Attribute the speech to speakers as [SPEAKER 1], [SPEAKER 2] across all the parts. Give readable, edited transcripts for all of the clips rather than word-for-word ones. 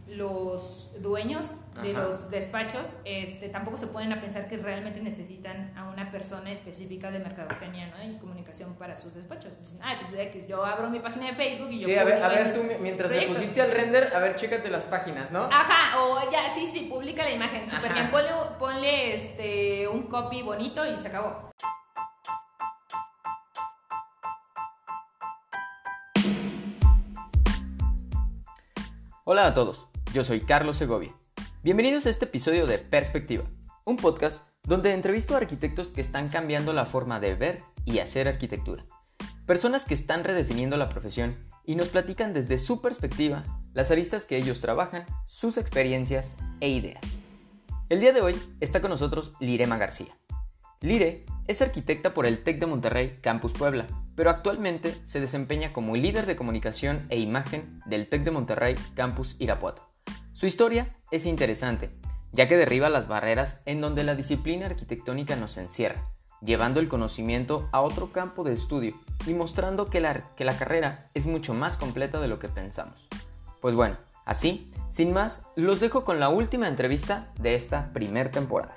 [SPEAKER 1] los dueños de
[SPEAKER 2] Ajá.
[SPEAKER 1] los despachos tampoco se ponen a pensar que realmente necesitan a una persona específica de mercadotecnia, ¿no? Y comunicación para sus despachos. Dicen, pues yo abro mi página de Facebook y yo...
[SPEAKER 2] Sí, a ver,
[SPEAKER 1] publico
[SPEAKER 2] tú
[SPEAKER 1] mis
[SPEAKER 2] mientras le
[SPEAKER 1] proyectos.
[SPEAKER 2] pusiste al render, a ver, chécate las páginas, ¿no?
[SPEAKER 1] Ajá, o ya, sí, publica la imagen, súper
[SPEAKER 2] Ajá.
[SPEAKER 1] bien, ponle un copy bonito y se acabó.
[SPEAKER 2] Hola a todos, yo soy Carlos Segovia. Bienvenidos a este episodio de Perspectiva, un podcast donde entrevisto a arquitectos que están cambiando la forma de ver y hacer arquitectura. Personas que están redefiniendo la profesión y nos platican desde su perspectiva las aristas que ellos trabajan, sus experiencias e ideas. El día de hoy está con nosotros Lirema García. Lire es arquitecta por el TEC de Monterrey, Campus Puebla, pero actualmente se desempeña como líder de comunicación e imagen del TEC de Monterrey, Campus Irapuato. Su historia es interesante, ya que derriba las barreras en donde la disciplina arquitectónica nos encierra, llevando el conocimiento a otro campo de estudio y mostrando que la carrera es mucho más completa de lo que pensamos. Pues bueno, así, sin más, los dejo con la última entrevista de esta primer temporada.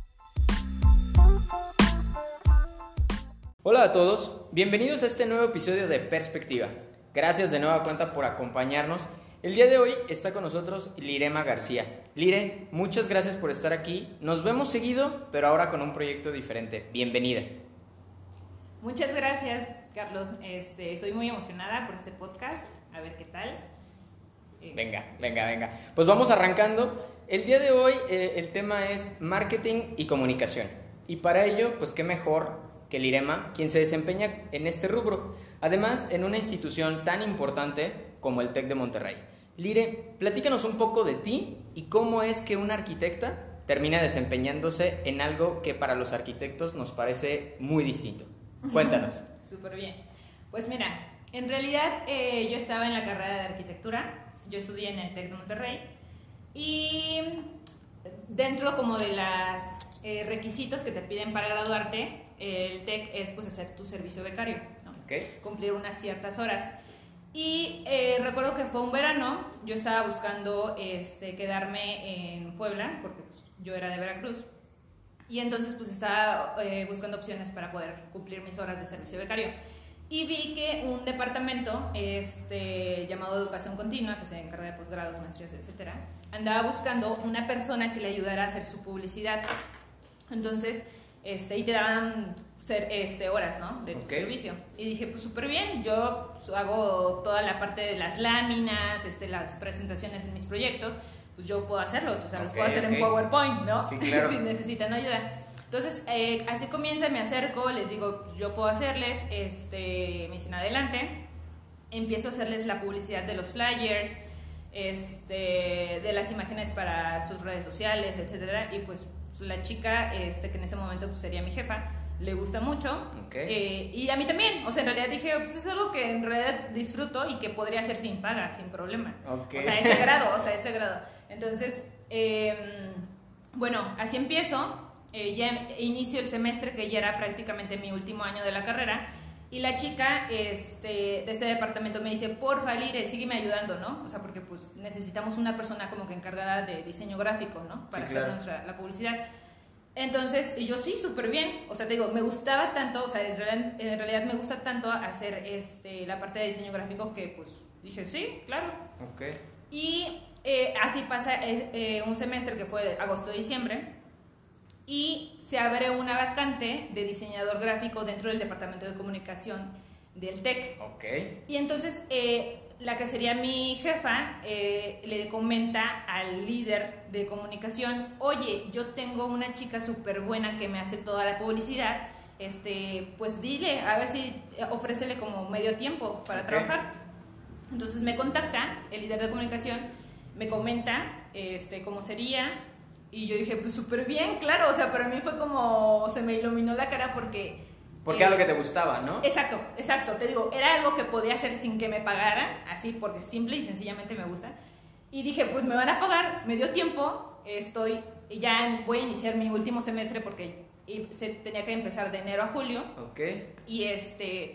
[SPEAKER 2] Hola a todos, bienvenidos a este nuevo episodio de Perspectiva. Gracias de nueva cuenta por acompañarnos. El día de hoy está con nosotros Lirema García. Lire, muchas gracias por estar aquí. Nos vemos seguido, pero ahora con un proyecto diferente. Bienvenida.
[SPEAKER 1] Muchas gracias, Carlos. Estoy muy emocionada por este podcast. A ver qué tal.
[SPEAKER 2] Venga. Pues vamos arrancando. El día de hoy el tema es marketing y comunicación. Y para ello, pues qué mejor que Lirema, quien se desempeña en este rubro. Además, en una institución tan importante como el TEC de Monterrey. Lire, platícanos un poco de ti y cómo es que una arquitecta termina desempeñándose en algo que para los arquitectos nos parece muy distinto. Cuéntanos.
[SPEAKER 1] Súper bien. Pues mira, en realidad yo estaba en la carrera de arquitectura. Yo estudié en el TEC de Monterrey y dentro como de los requisitos que te piden para graduarte, el TEC es pues hacer tu servicio becario, ¿no?
[SPEAKER 2] Okay.
[SPEAKER 1] Cumplir unas ciertas horas. Y recuerdo que fue un verano, yo estaba buscando quedarme en Puebla, porque pues, yo era de Veracruz, y entonces pues estaba buscando opciones para poder cumplir mis horas de servicio becario. Y vi que un departamento llamado Educación Continua, que se encarga de posgrados, maestrías, etcétera, andaba buscando una persona que le ayudara a hacer su publicidad. Entonces, y te daban horas, ¿no? De tu servicio. Y dije, pues súper bien, yo hago toda la parte de las láminas, las presentaciones en mis proyectos, pues yo puedo hacerlos, o sea, los puedo hacer en PowerPoint, ¿no?
[SPEAKER 2] Sí, claro.
[SPEAKER 1] Si necesitan ayuda. Entonces, así comienza, me acerco, les digo, yo puedo hacerles, me dicen adelante, empiezo a hacerles la publicidad de los flyers, de las imágenes para sus redes sociales, etcétera, y pues la chica, que en ese momento pues, sería mi jefa, le gusta mucho, y a mí también, o sea, en realidad dije, pues es algo que en realidad disfruto y que podría hacer sin paga, sin problema, o sea, ese grado, entonces, bueno, así empiezo. Ya inicio el semestre, que ya era prácticamente mi último año de la carrera, y la chica de ese departamento me dice, porfa, Lire, sígueme ayudando, ¿no? O sea, porque pues necesitamos una persona como que encargada de diseño gráfico, ¿no? Para hacer la publicidad. Entonces, y yo sí, súper bien, o sea, te digo, me gustaba tanto, o sea, en realidad me gusta tanto hacer la parte de diseño gráfico que pues dije, sí, claro. Y así pasa un semestre que fue agosto-diciembre, y se abre una vacante de diseñador gráfico dentro del departamento de comunicación del TEC. Y entonces la que sería mi jefa le comenta al líder de comunicación, oye, yo tengo una chica súper buena que me hace toda la publicidad, pues dile, a ver si ofrécele como medio tiempo para trabajar. Entonces me contacta el líder de comunicación, me comenta cómo sería. Y yo dije, pues súper bien, claro, o sea, para mí fue como, se me iluminó la cara porque
[SPEAKER 2] era lo que te gustaba, ¿no?
[SPEAKER 1] Exacto, te digo, era algo que podía hacer sin que me pagaran, así, porque simple y sencillamente me gusta. Y dije, pues me van a pagar, me dio tiempo, ya voy a iniciar mi último semestre porque tenía que empezar de enero a julio.
[SPEAKER 2] Y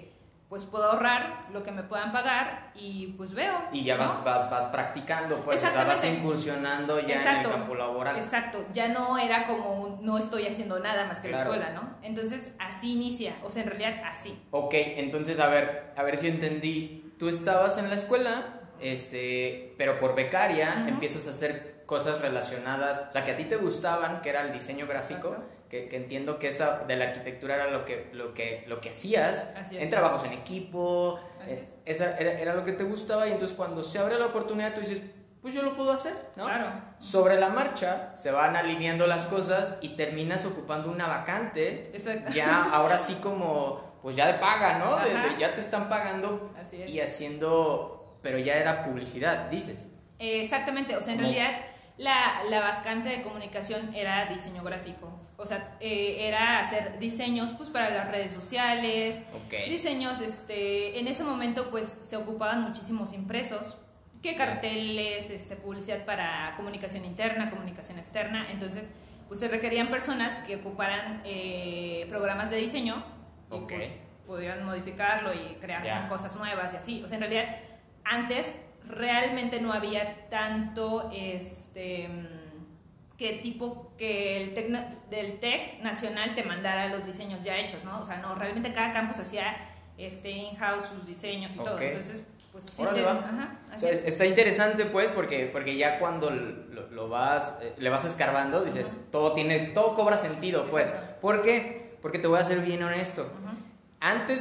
[SPEAKER 1] pues puedo ahorrar lo que me puedan pagar y pues veo.
[SPEAKER 2] Y ya
[SPEAKER 1] ¿no?
[SPEAKER 2] vas practicando, pues, o sea, vas incursionando ya en el campo laboral.
[SPEAKER 1] Exacto, ya no era como no estoy haciendo nada más que
[SPEAKER 2] claro.
[SPEAKER 1] la escuela, ¿no? Entonces así inicia, o sea, en realidad así.
[SPEAKER 2] Ok, entonces a ver si entendí. Tú estabas en la escuela, pero por becaria empiezas a hacer cosas relacionadas, o sea, que a ti te gustaban, que era el diseño gráfico. Exacto. Que entiendo que esa de la arquitectura era lo que hacías en trabajos en equipo, era lo que te gustaba, y entonces cuando se abre la oportunidad tú dices, pues yo lo puedo hacer, ¿no?
[SPEAKER 1] Claro.
[SPEAKER 2] Sobre la marcha se van alineando las cosas y terminas ocupando una vacante.
[SPEAKER 1] Exacto.
[SPEAKER 2] Ya ahora sí como, pues ya de paga, ¿no? Ya te están pagando.
[SPEAKER 1] Así es.
[SPEAKER 2] Y haciendo, pero ya era publicidad, dices.
[SPEAKER 1] Exactamente, o sea, en realidad la vacante de comunicación era diseño gráfico, o sea, era hacer diseños pues para las redes sociales, diseños, en ese momento pues se ocupaban muchísimos impresos, que carteles, publicidad para comunicación interna, comunicación externa, entonces pues se requerían personas que ocuparan programas de diseño y pues pudieran modificarlo y crear cosas nuevas y así, o sea, en realidad antes realmente no había tanto que el TEC nacional te mandara los diseños ya hechos, ¿no? O sea, no, realmente cada campus hacía in-house sus diseños y todo. Entonces, pues sí
[SPEAKER 2] o sea, está interesante, pues, porque ya cuando le vas escarbando, dices, todo cobra sentido, pues. ¿Por qué? Porque te voy a ser bien honesto. Antes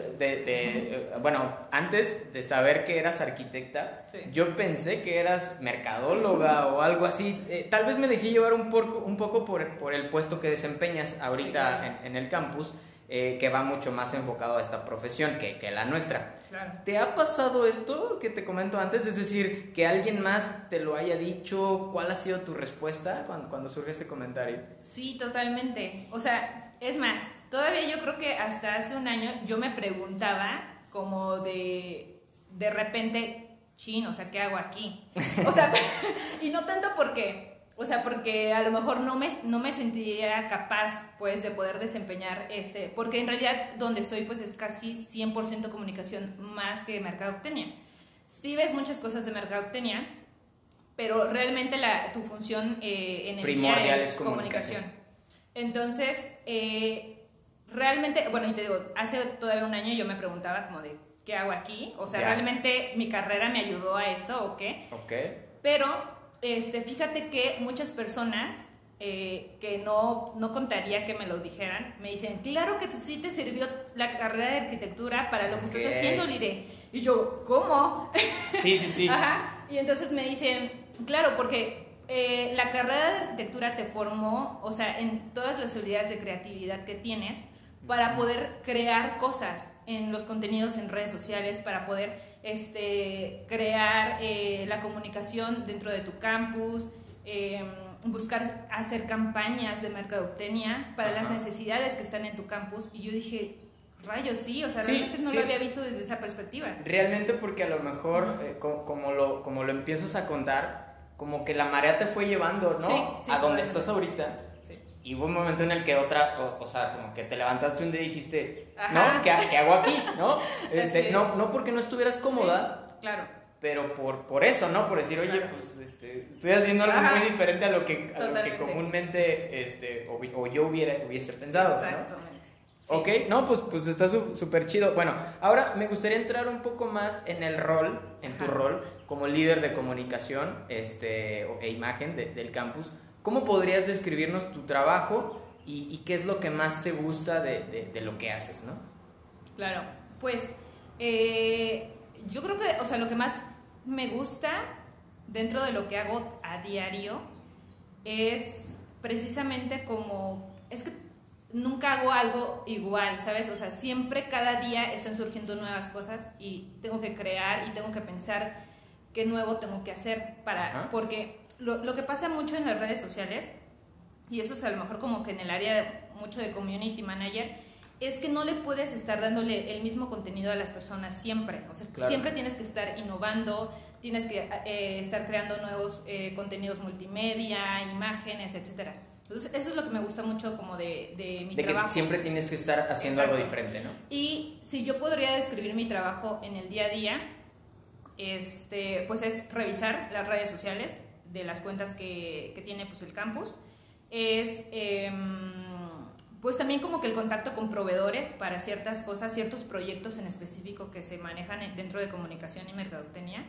[SPEAKER 2] antes de saber que eras arquitecta, yo pensé que eras mercadóloga o algo así. Tal vez me dejé llevar un poco por el puesto que desempeñas ahorita en el campus, que va mucho más enfocado a esta profesión que la nuestra.
[SPEAKER 1] Claro.
[SPEAKER 2] ¿Te ha pasado esto que te comento antes? Es decir, que alguien más te lo haya dicho. ¿Cuál ha sido tu respuesta cuando surge este comentario?
[SPEAKER 1] Sí, totalmente. O sea, es más, todavía yo creo que hasta hace un año yo me preguntaba como de repente, chin, o sea, ¿qué hago aquí? O sea, y no tanto porque a lo mejor no me sentiría capaz, pues, de poder desempeñar porque en realidad donde estoy, pues, es casi 100% comunicación más que mercadotecnia. Sí ves muchas cosas de mercadotecnia, pero realmente tu función en el día es comunicación. Entonces, realmente, bueno, y te digo, hace todavía un año yo me preguntaba como de, ¿qué hago aquí? O sea, ¿realmente mi carrera me ayudó a esto o qué? Pero, fíjate que muchas personas que no contaría que me lo dijeran, me dicen, claro que sí te sirvió la carrera de arquitectura para lo que estás haciendo, Lire. Y yo, ¿cómo?
[SPEAKER 2] Sí.
[SPEAKER 1] Ajá. Y entonces me dicen, claro, porque la carrera de arquitectura te formó, o sea, en todas las habilidades de creatividad que tienes para poder crear cosas en los contenidos en redes sociales, para poder crear la comunicación dentro de tu campus, buscar hacer campañas de mercadotecnia para las necesidades que están en tu campus. Y yo dije, rayos, sí, o sea, realmente no lo había visto desde esa perspectiva.
[SPEAKER 2] Realmente, porque a lo mejor, como lo empiezas a contar, como que la marea te fue llevando, ¿no? A donde estás ahorita. Sí. Y hubo un momento en el que o sea, como que te levantaste un día y dijiste, ¿no? ¿Qué hago aquí? ¿no? No porque no estuvieras cómoda.
[SPEAKER 1] Sí, claro.
[SPEAKER 2] Pero por eso, ¿no? Por decir, oye, pues estoy haciendo algo muy diferente a lo que comúnmente o yo hubiese pensado.
[SPEAKER 1] Exactamente.
[SPEAKER 2] ¿no? Sí. Ok, no, pues está súper chido. Bueno, ahora me gustaría entrar un poco más en tu rol como líder de comunicación e imagen del campus. ¿Cómo podrías describirnos tu trabajo y qué es lo que más te gusta de lo que haces, no?
[SPEAKER 1] Claro, pues yo creo que, o sea, lo que más me gusta dentro de lo que hago a diario es precisamente es que nunca hago algo igual, ¿sabes? O sea, siempre, cada día están surgiendo nuevas cosas y tengo que crear y tengo que pensar qué nuevo tengo que hacer porque lo que pasa mucho en las redes sociales, y eso es a lo mejor como que en el área mucho de community manager, es que no le puedes estar dándole el mismo contenido a las personas siempre. O sea, siempre tienes que estar innovando, tienes que estar creando nuevos contenidos multimedia, imágenes, etcétera. Entonces, eso es lo que me gusta mucho como de mi
[SPEAKER 2] de
[SPEAKER 1] trabajo.
[SPEAKER 2] Que siempre tienes que estar haciendo algo diferente, ¿no?
[SPEAKER 1] Y si yo podría describir mi trabajo en el día a día, pues es revisar las redes sociales de las cuentas que tiene pues el campus. Es pues también como que el contacto con proveedores para ciertas cosas, ciertos proyectos en específico que se manejan dentro de comunicación y mercadotecnia.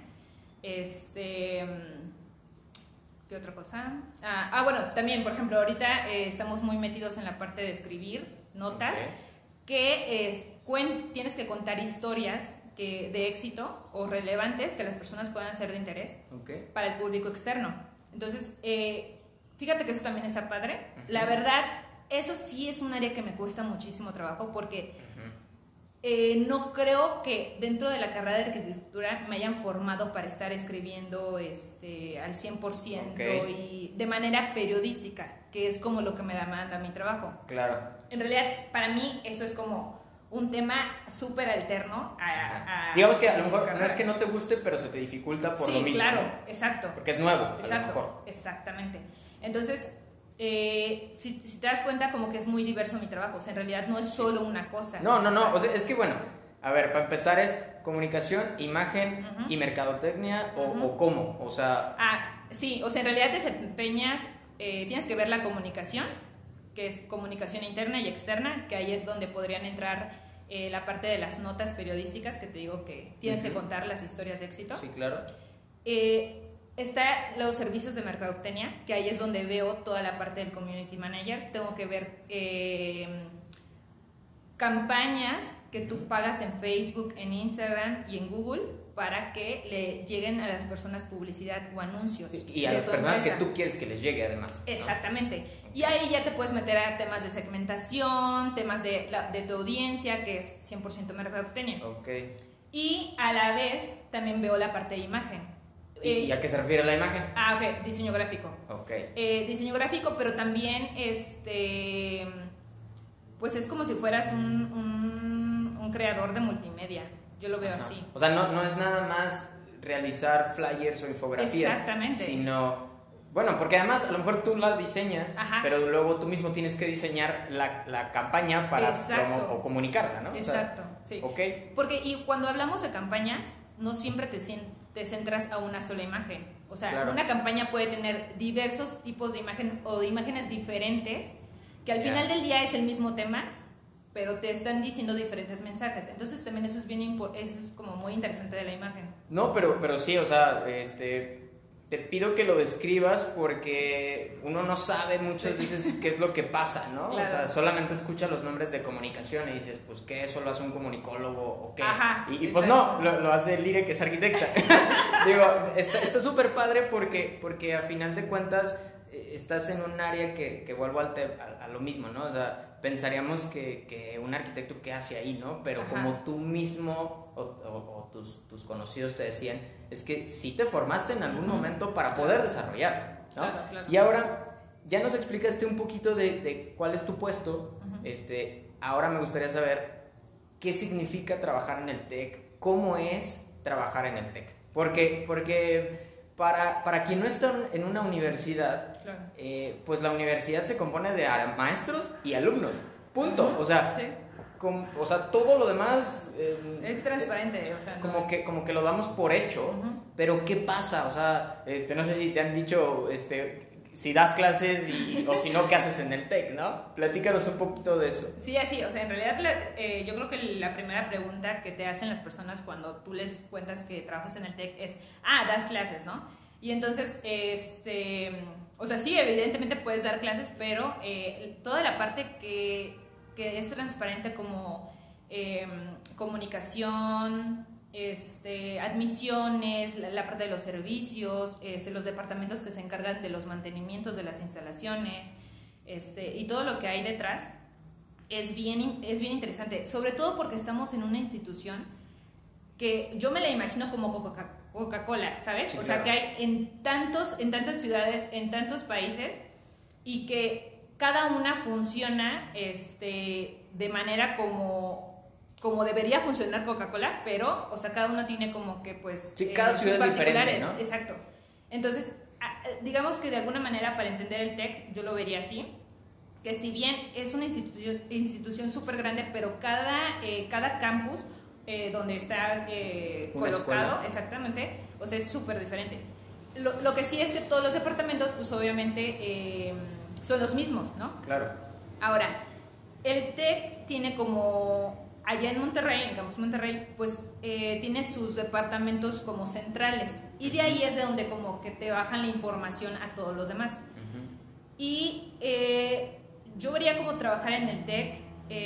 [SPEAKER 1] ¿Qué otra cosa? Bueno, también, por ejemplo, ahorita estamos muy metidos en la parte de escribir notas, que tienes que contar historias de éxito o relevantes que las personas puedan ser de interés para el público externo. Entonces, fíjate que eso también está padre. La verdad, eso sí es un área que me cuesta muchísimo trabajo porque no creo que dentro de la carrera de arquitectura me hayan formado para estar escribiendo al 100% y de manera periodística, que es como lo que me demanda mi trabajo.
[SPEAKER 2] Claro.
[SPEAKER 1] En realidad, para mí, eso es como un tema súper alterno
[SPEAKER 2] digamos que a lo mejor no es que no te guste, pero se te dificulta por lo mismo.
[SPEAKER 1] Sí, claro,
[SPEAKER 2] ¿no?
[SPEAKER 1] exacto.
[SPEAKER 2] Porque es nuevo,
[SPEAKER 1] exacto,
[SPEAKER 2] a lo mejor.
[SPEAKER 1] Exactamente. Entonces, si te das cuenta, como que es muy diverso mi trabajo. O sea, en realidad no es solo una cosa.
[SPEAKER 2] No. O sea, es que bueno, a ver, para empezar es comunicación, imagen y mercadotecnia o cómo, o sea...
[SPEAKER 1] Sí, o sea, en realidad desempeñas, tienes que ver la comunicación, que es comunicación interna y externa, que ahí es donde podrían entrar la parte de las notas periodísticas, que te digo que tienes que contar las historias de éxito.
[SPEAKER 2] Sí, claro.
[SPEAKER 1] Está los servicios de mercadotecnia, que ahí es donde veo toda la parte del community manager. Tengo que ver campañas que tú pagas en Facebook, en Instagram y en Google para que le lleguen a las personas publicidad o anuncios.
[SPEAKER 2] Y a las personas que tú quieres que les llegue, además.
[SPEAKER 1] Exactamente. ¿No? Y ahí ya te puedes meter a temas de segmentación, temas de tu audiencia, que es 100% mercadotecnia. Y a la vez también veo la parte de imagen.
[SPEAKER 2] ¿Y a qué se refiere la imagen?
[SPEAKER 1] Diseño gráfico. Diseño gráfico, pero también pues es como si fueras un creador de multimedia. Yo lo veo así.
[SPEAKER 2] O sea, no es nada más realizar flyers o infografías.
[SPEAKER 1] Exactamente.
[SPEAKER 2] Sino, bueno, porque además a lo mejor tú la diseñas, pero luego tú mismo tienes que diseñar la campaña para o comunicarla, ¿no?
[SPEAKER 1] Exacto, o sea, sí. Porque y cuando hablamos de campañas, no siempre te centras a una sola imagen. O sea, una campaña puede tener diversos tipos de imagen o de imágenes diferentes, que al final del día es el mismo tema, pero te están diciendo diferentes mensajes. Entonces también eso es como muy interesante de la imagen.
[SPEAKER 2] No, pero sí, o sea, te pido que lo describas porque uno no sabe muchas veces qué es lo que pasa, ¿no?
[SPEAKER 1] Claro.
[SPEAKER 2] O sea, solamente escucha los nombres de comunicación y dices, pues, ¿qué? ¿Eso lo hace un comunicólogo o qué? Y pues no, lo hace Lire, que es arquitecta. Digo, está súper padre porque a final de cuentas estás en un área que vuelvo a lo mismo, ¿no? O sea, pensaríamos que un arquitecto, ¿qué hace ahí, no? Pero como tú mismo o tus conocidos te decían, es que sí te formaste en algún momento para poder desarrollar, ¿no?
[SPEAKER 1] Claro.
[SPEAKER 2] Y ahora ya nos explicaste un poquito de cuál es tu puesto. Ahora me gustaría saber qué significa trabajar en el TEC, cómo es trabajar en el TEC. Porque para quien no está en una universidad, pues la universidad se compone de maestros y alumnos, punto. O sea, todo lo demás
[SPEAKER 1] es transparente, o sea,
[SPEAKER 2] como que lo damos por hecho. Pero ¿qué pasa? O sea, no sé si te han dicho si das clases o si no, ¿qué haces en el TEC, no? Platícanos un poquito de eso.
[SPEAKER 1] Sí, así, o sea, en realidad yo creo que la primera pregunta que te hacen las personas cuando tú les cuentas que trabajas en el TEC es, das clases, ¿no? Y entonces, o sea, sí, evidentemente puedes dar clases, pero toda la parte que es transparente como comunicación, admisiones, la parte de los servicios, los departamentos que se encargan de los mantenimientos de las instalaciones, y todo lo que hay detrás es bien interesante, sobre todo porque estamos en una institución que yo me la imagino como Coca-Cola, ¿sabes?
[SPEAKER 2] Sí,
[SPEAKER 1] o sea, que hay en tantas ciudades, en tantos países, y que cada una funciona de manera como debería funcionar Coca-Cola, pero, o sea, cada una tiene como que, pues...
[SPEAKER 2] Sí, cada ciudad es diferente, ¿no?
[SPEAKER 1] Exacto. Entonces, digamos que de alguna manera para entender el TEC yo lo vería así, que si bien es una institución súper grande, pero cada campus donde está colocado, exactamente, o sea, es súper diferente. Lo que sí es que todos los departamentos, pues obviamente son los mismos, ¿no?
[SPEAKER 2] Claro.
[SPEAKER 1] Ahora, el TEC tiene como, allá en Monterrey, en Campus Monterrey, pues tiene sus departamentos como centrales, y de ahí es de donde como que te bajan la información a todos los demás. Y yo vería como trabajar en el TEC,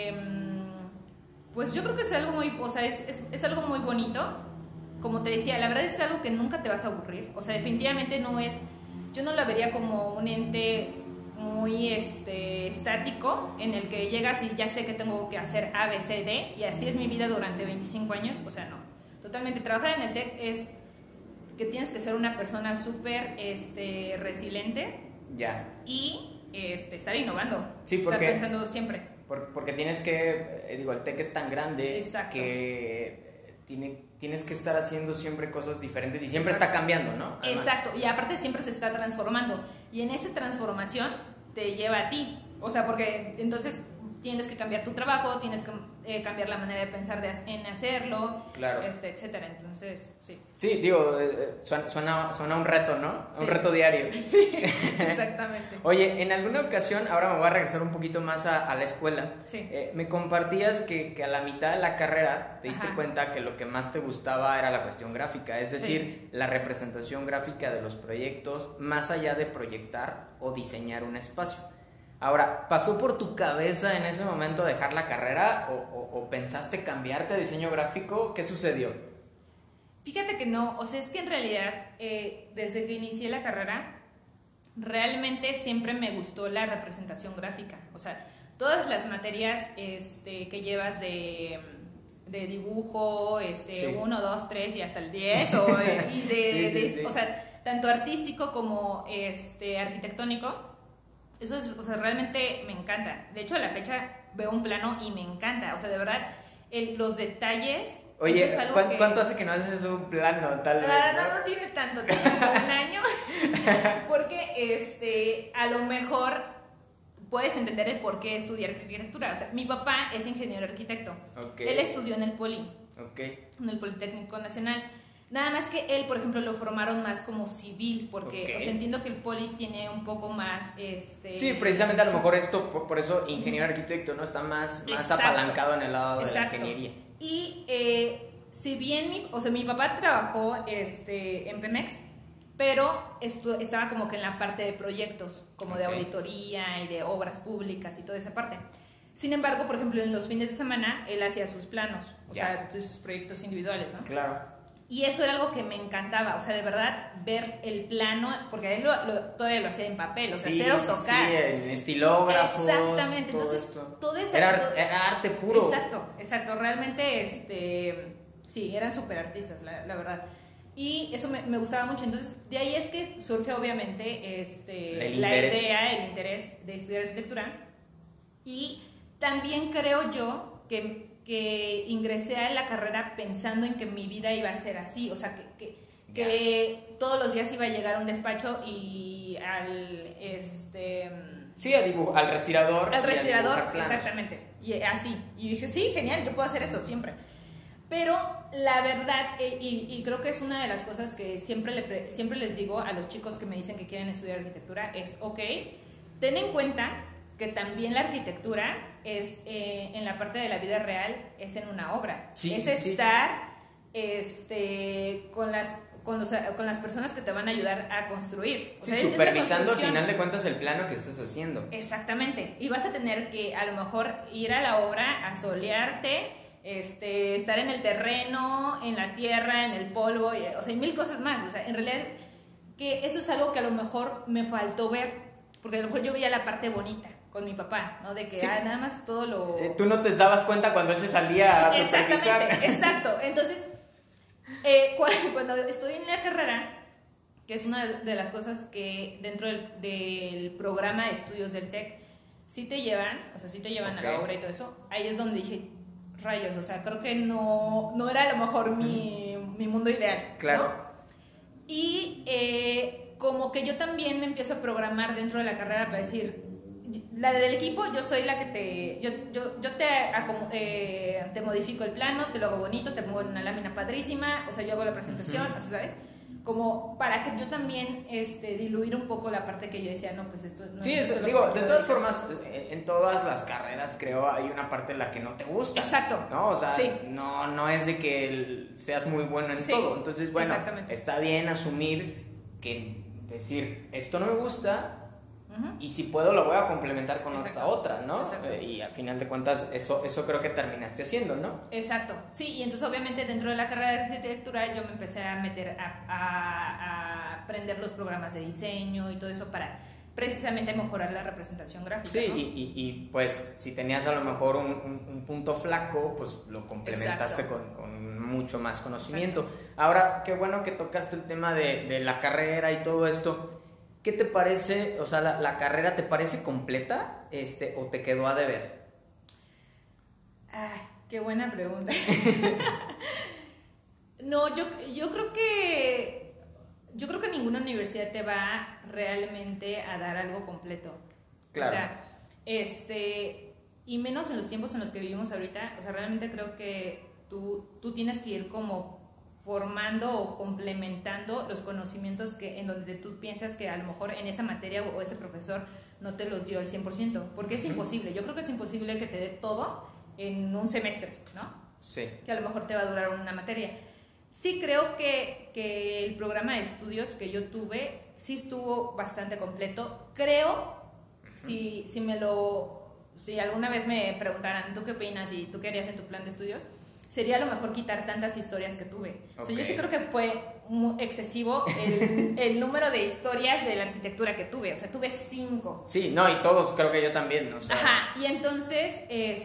[SPEAKER 1] pues yo creo que es algo muy, o sea, es algo muy bonito. Como te decía, la verdad es algo que nunca te vas a aburrir. O sea, definitivamente no es, yo no la vería como un ente muy estático en el que llegas y ya sé que tengo que hacer A, B, C, D y así es mi vida durante 25 años. O sea, no. Totalmente, trabajar en el TEC es que tienes que ser una persona súper resiliente.
[SPEAKER 2] Ya.
[SPEAKER 1] Y estar innovando,
[SPEAKER 2] sí, porque,
[SPEAKER 1] estar pensando siempre.
[SPEAKER 2] Porque tienes que, digo, el TEC es tan grande.
[SPEAKER 1] Exacto.
[SPEAKER 2] Que tienes que estar haciendo siempre cosas diferentes y siempre está cambiando, ¿no?
[SPEAKER 1] Además. Exacto, y aparte siempre se está transformando y en esa transformación te lleva a ti, o sea, porque entonces tienes que cambiar tu trabajo, tienes que cambiar la manera de pensar en hacerlo,
[SPEAKER 2] claro.
[SPEAKER 1] Etcétera, entonces, sí.
[SPEAKER 2] Sí, digo, suena un reto, ¿no? Sí. Un reto diario.
[SPEAKER 1] Sí, exactamente.
[SPEAKER 2] Oye, en alguna ocasión, ahora me voy a regresar un poquito más a la escuela,
[SPEAKER 1] sí.
[SPEAKER 2] Me compartías que a la mitad de la carrera te diste
[SPEAKER 1] Ajá.
[SPEAKER 2] cuenta que lo que más te gustaba era la cuestión gráfica, es decir, sí. La representación gráfica de los proyectos, más allá de proyectar o diseñar un espacio. Ahora, ¿pasó por tu cabeza en ese momento dejar la carrera o pensaste cambiarte a diseño gráfico? ¿Qué sucedió?
[SPEAKER 1] Fíjate que no, o sea, es que en realidad desde que inicié la carrera realmente siempre me gustó la representación gráfica, o sea, todas las materias que llevas de dibujo,
[SPEAKER 2] sí.
[SPEAKER 1] 1, 2, 3 y hasta el 10, sí. O sea, tanto artístico como arquitectónico. Eso es, o sea, realmente me encanta. De hecho, a la fecha veo un plano y me encanta. O sea, de verdad, los detalles...
[SPEAKER 2] Oye,
[SPEAKER 1] eso es algo
[SPEAKER 2] ¿cuánto hace que no haces un plano, tal vez?
[SPEAKER 1] No tiene tanto, tiene como un año. Porque a lo mejor puedes entender el por qué estudiar arquitectura. O sea, mi papá es ingeniero arquitecto.
[SPEAKER 2] Okay.
[SPEAKER 1] Él estudió en el Poli.
[SPEAKER 2] Okay.
[SPEAKER 1] En el Politécnico Nacional. Nada más que él, por ejemplo, lo formaron más como civil, porque
[SPEAKER 2] okay.
[SPEAKER 1] O sea, entiendo que el Poli tiene un poco más...
[SPEAKER 2] Sí, precisamente a lo mejor esto, por eso ingeniero arquitecto, ¿no? Está más apalancado en el lado de la ingeniería.
[SPEAKER 1] Y si bien mi papá trabajó en Pemex, pero estaba como que en la parte de proyectos, como de auditoría y de obras públicas y toda esa parte. Sin embargo, por ejemplo, en los fines de semana, él hacía sus planos, o sea, sus proyectos individuales, ¿no?
[SPEAKER 2] Claro.
[SPEAKER 1] Y eso era algo que me encantaba, o sea, de verdad, ver el plano, porque él todavía lo hacía en papel, o sea, hacer AutoCAD.
[SPEAKER 2] Sí, en estilógrafos.
[SPEAKER 1] Exactamente, entonces, todo eso...
[SPEAKER 2] Era arte puro.
[SPEAKER 1] Exacto, realmente, sí, eran súper artistas, la verdad. Y eso me gustaba mucho, entonces, de ahí es que surge, obviamente, el interés de estudiar arquitectura. Y también creo yo que ingresé a la carrera pensando en que mi vida iba a ser así, o sea, que todos los días iba a llegar a un despacho y
[SPEAKER 2] sí, al respirador.
[SPEAKER 1] Al respirador, exactamente, y así, y dije, sí, genial, yo puedo hacer eso siempre. Pero la verdad, y creo que es una de las cosas que siempre les digo a los chicos que me dicen que quieren estudiar arquitectura, es, ten en cuenta que también la arquitectura es, en la parte de la vida real, es en una obra.
[SPEAKER 2] Sí,
[SPEAKER 1] es estar con las personas que te van a ayudar a construir. O sea,
[SPEAKER 2] supervisando al final de cuentas el plano que estás haciendo.
[SPEAKER 1] Exactamente. Y vas a tener que a lo mejor ir a la obra, a solearte, estar en el terreno, en la tierra, en el polvo, o sea, y mil cosas más. O sea, en realidad, que eso es algo que a lo mejor me faltó ver, porque a lo mejor yo veía la parte bonita con mi papá, ¿no? De que nada más todo lo...
[SPEAKER 2] Tú no te dabas cuenta cuando él se salía a supervisar.
[SPEAKER 1] Exacto. Entonces, cuando estoy en la carrera, que es una de las cosas que dentro del programa de estudios del TEC, sí te llevan a la obra y todo eso, ahí es donde dije, rayos, o sea, creo que no era a lo mejor mi mundo ideal.
[SPEAKER 2] Claro.
[SPEAKER 1] ¿No? Y como que yo también me empiezo a programar dentro de la carrera para decir, la del equipo, yo soy la que te modifico el plano, te lo hago bonito, te pongo en una lámina padrísima, o sea, yo hago la presentación, o sea, ¿sabes? Como para que yo también diluir un poco la parte que yo decía, no, pues esto no
[SPEAKER 2] sí,
[SPEAKER 1] es
[SPEAKER 2] digo, de todas formas, en todas las carreras creo hay una parte en la que no te gusta.
[SPEAKER 1] Exacto.
[SPEAKER 2] ¿No? O sea,
[SPEAKER 1] sí.
[SPEAKER 2] no es de que seas muy bueno en todo. Entonces, bueno, está bien asumir que decir, esto no me gusta, y si puedo lo voy a complementar con esta otra, ¿no? Y al final de cuentas eso creo que terminaste haciendo, ¿no?
[SPEAKER 1] Exacto, sí, y entonces obviamente dentro de la carrera de arquitectura yo me empecé a meter a aprender los programas de diseño y todo eso para precisamente mejorar la representación gráfica.
[SPEAKER 2] Sí,
[SPEAKER 1] ¿no?
[SPEAKER 2] y pues si tenías a lo mejor un punto flaco, pues lo complementaste con mucho más conocimiento. Exacto. Ahora, qué bueno que tocaste el tema de la carrera y todo esto. ¿Qué te parece, o sea, la carrera te parece completa o te quedó a deber?
[SPEAKER 1] Ay, qué buena pregunta. No, yo creo que ninguna universidad te va realmente a dar algo completo.
[SPEAKER 2] Claro.
[SPEAKER 1] O sea, y menos en los tiempos en los que vivimos ahorita, o sea, realmente creo que tú tienes que ir como formando o complementando los conocimientos en donde tú piensas que a lo mejor en esa materia o ese profesor no te los dio al 100%, porque es imposible. Yo creo que es imposible que te dé todo en un semestre, ¿no?
[SPEAKER 2] Sí.
[SPEAKER 1] Que a lo mejor te va a durar una materia. Sí creo que el programa de estudios que yo tuve sí estuvo bastante completo. Creo, si alguna vez me preguntaran, ¿tú qué opinas y tú qué harías en tu plan de estudios? Sería a lo mejor quitar tantas historias que tuve. Okay. O sea, yo sí creo que fue muy excesivo el número de historias de la arquitectura que tuve. O sea, tuve 5.
[SPEAKER 2] Sí, no, y todos creo que yo también. O sea.
[SPEAKER 1] Ajá, y entonces,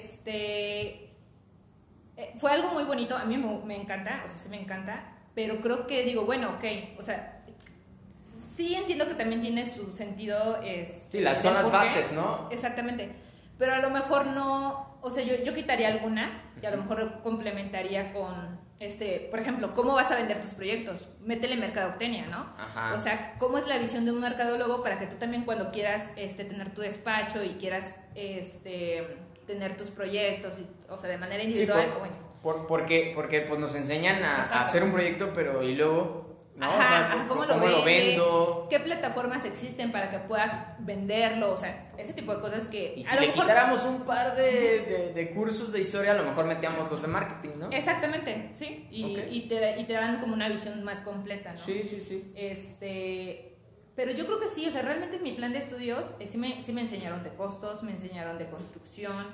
[SPEAKER 1] fue algo muy bonito. A mí me encanta, o sea, sí me encanta. Pero creo que digo, bueno, ok, o sea, sí entiendo que también tiene su sentido.
[SPEAKER 2] Sí, las zonas bases, ¿no?
[SPEAKER 1] Exactamente. Pero a lo mejor no. O sea, yo quitaría algunas y a lo mejor complementaría con, por ejemplo, ¿cómo vas a vender tus proyectos? Métele mercadotecnia, ¿no?
[SPEAKER 2] Ajá.
[SPEAKER 1] O sea, ¿cómo es la visión de un mercadólogo para que tú también cuando quieras tener tu despacho y quieras tener tus proyectos, o sea, de manera individual?
[SPEAKER 2] Sí, porque pues nos enseñan a hacer un proyecto, pero y luego... ¿no?
[SPEAKER 1] Ajá,
[SPEAKER 2] o sea,
[SPEAKER 1] ¿cómo lo vendo? ¿Qué plataformas existen para que puedas venderlo? O sea, ese tipo de cosas que...
[SPEAKER 2] Y si le quitáramos un par de cursos de historia, a lo mejor metíamos los de marketing, ¿no?
[SPEAKER 1] Exactamente, sí. Y te dan como una visión más completa, ¿no?
[SPEAKER 2] Sí.
[SPEAKER 1] Pero yo creo que sí, o sea, realmente en mi plan de estudios sí me enseñaron de costos, me enseñaron de construcción,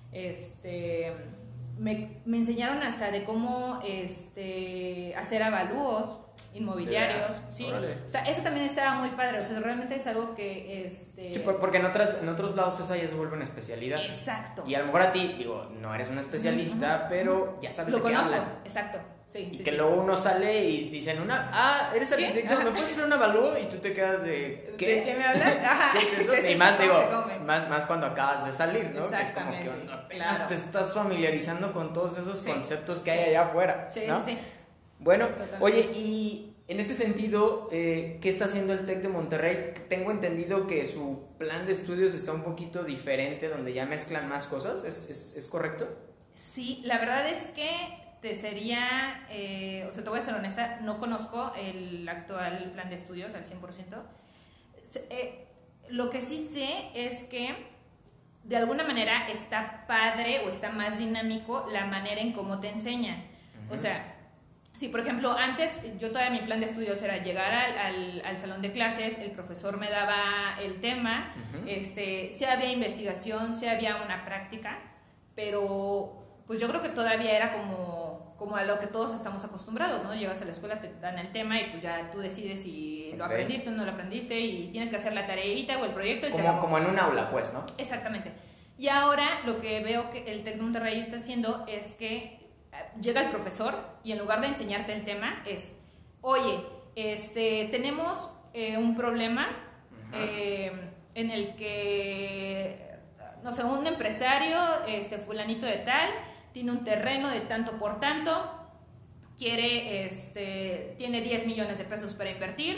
[SPEAKER 1] me enseñaron hasta de cómo hacer avalúos inmobiliarios, sí.
[SPEAKER 2] Órale.
[SPEAKER 1] O sea, eso también estaba muy padre, o sea, realmente es algo que
[SPEAKER 2] Sí, porque en otros lados esa ya se vuelve una especialidad.
[SPEAKER 1] Exacto.
[SPEAKER 2] Y a lo mejor a ti, digo, no eres una especialista, pero ya sabes de qué hablan.
[SPEAKER 1] Exacto. Sí,
[SPEAKER 2] y que luego uno sale y dicen eres arquitecto, ¿me puedes hacer un avalúo? Y tú te quedas de ¿qué?
[SPEAKER 1] ¿De qué me hablas? Ajá.
[SPEAKER 2] ¿Qué es eso? Y más digo, más cuando acabas de salir, ¿no?
[SPEAKER 1] Exactamente.
[SPEAKER 2] Que es como que apenas te estás familiarizando con todos esos conceptos que hay allá afuera, ¿no?
[SPEAKER 1] Sí.
[SPEAKER 2] Bueno, oye, y en este sentido, ¿qué está haciendo el TEC de Monterrey? Tengo entendido que su plan de estudios está un poquito diferente, donde ya mezclan más cosas, ¿es correcto?
[SPEAKER 1] Sí, la verdad es que te voy a ser honesta, no conozco el actual plan de estudios al 100%. Lo que sí sé es que de alguna manera está padre o está más dinámico la manera en cómo te enseña. O sea, si por ejemplo antes yo todavía mi plan de estudios era llegar al salón de clases, el profesor me daba el tema, sí había investigación, sí había una práctica, pero pues yo creo que todavía era como a lo que todos estamos acostumbrados, ¿no? Llegas a la escuela, te dan el tema y pues ya tú decides si lo aprendiste o no lo aprendiste y tienes que hacer la tareita o el proyecto. Y
[SPEAKER 2] como en un aula, pues, ¿no?
[SPEAKER 1] Exactamente. Y ahora lo que veo que el TEC de Monterrey está haciendo es que llega el profesor y en lugar de enseñarte el tema es, oye, tenemos un problema en el que, no sé, un empresario, fulanito de tal, tiene un terreno de tanto por tanto, tiene 10 millones de pesos para invertir.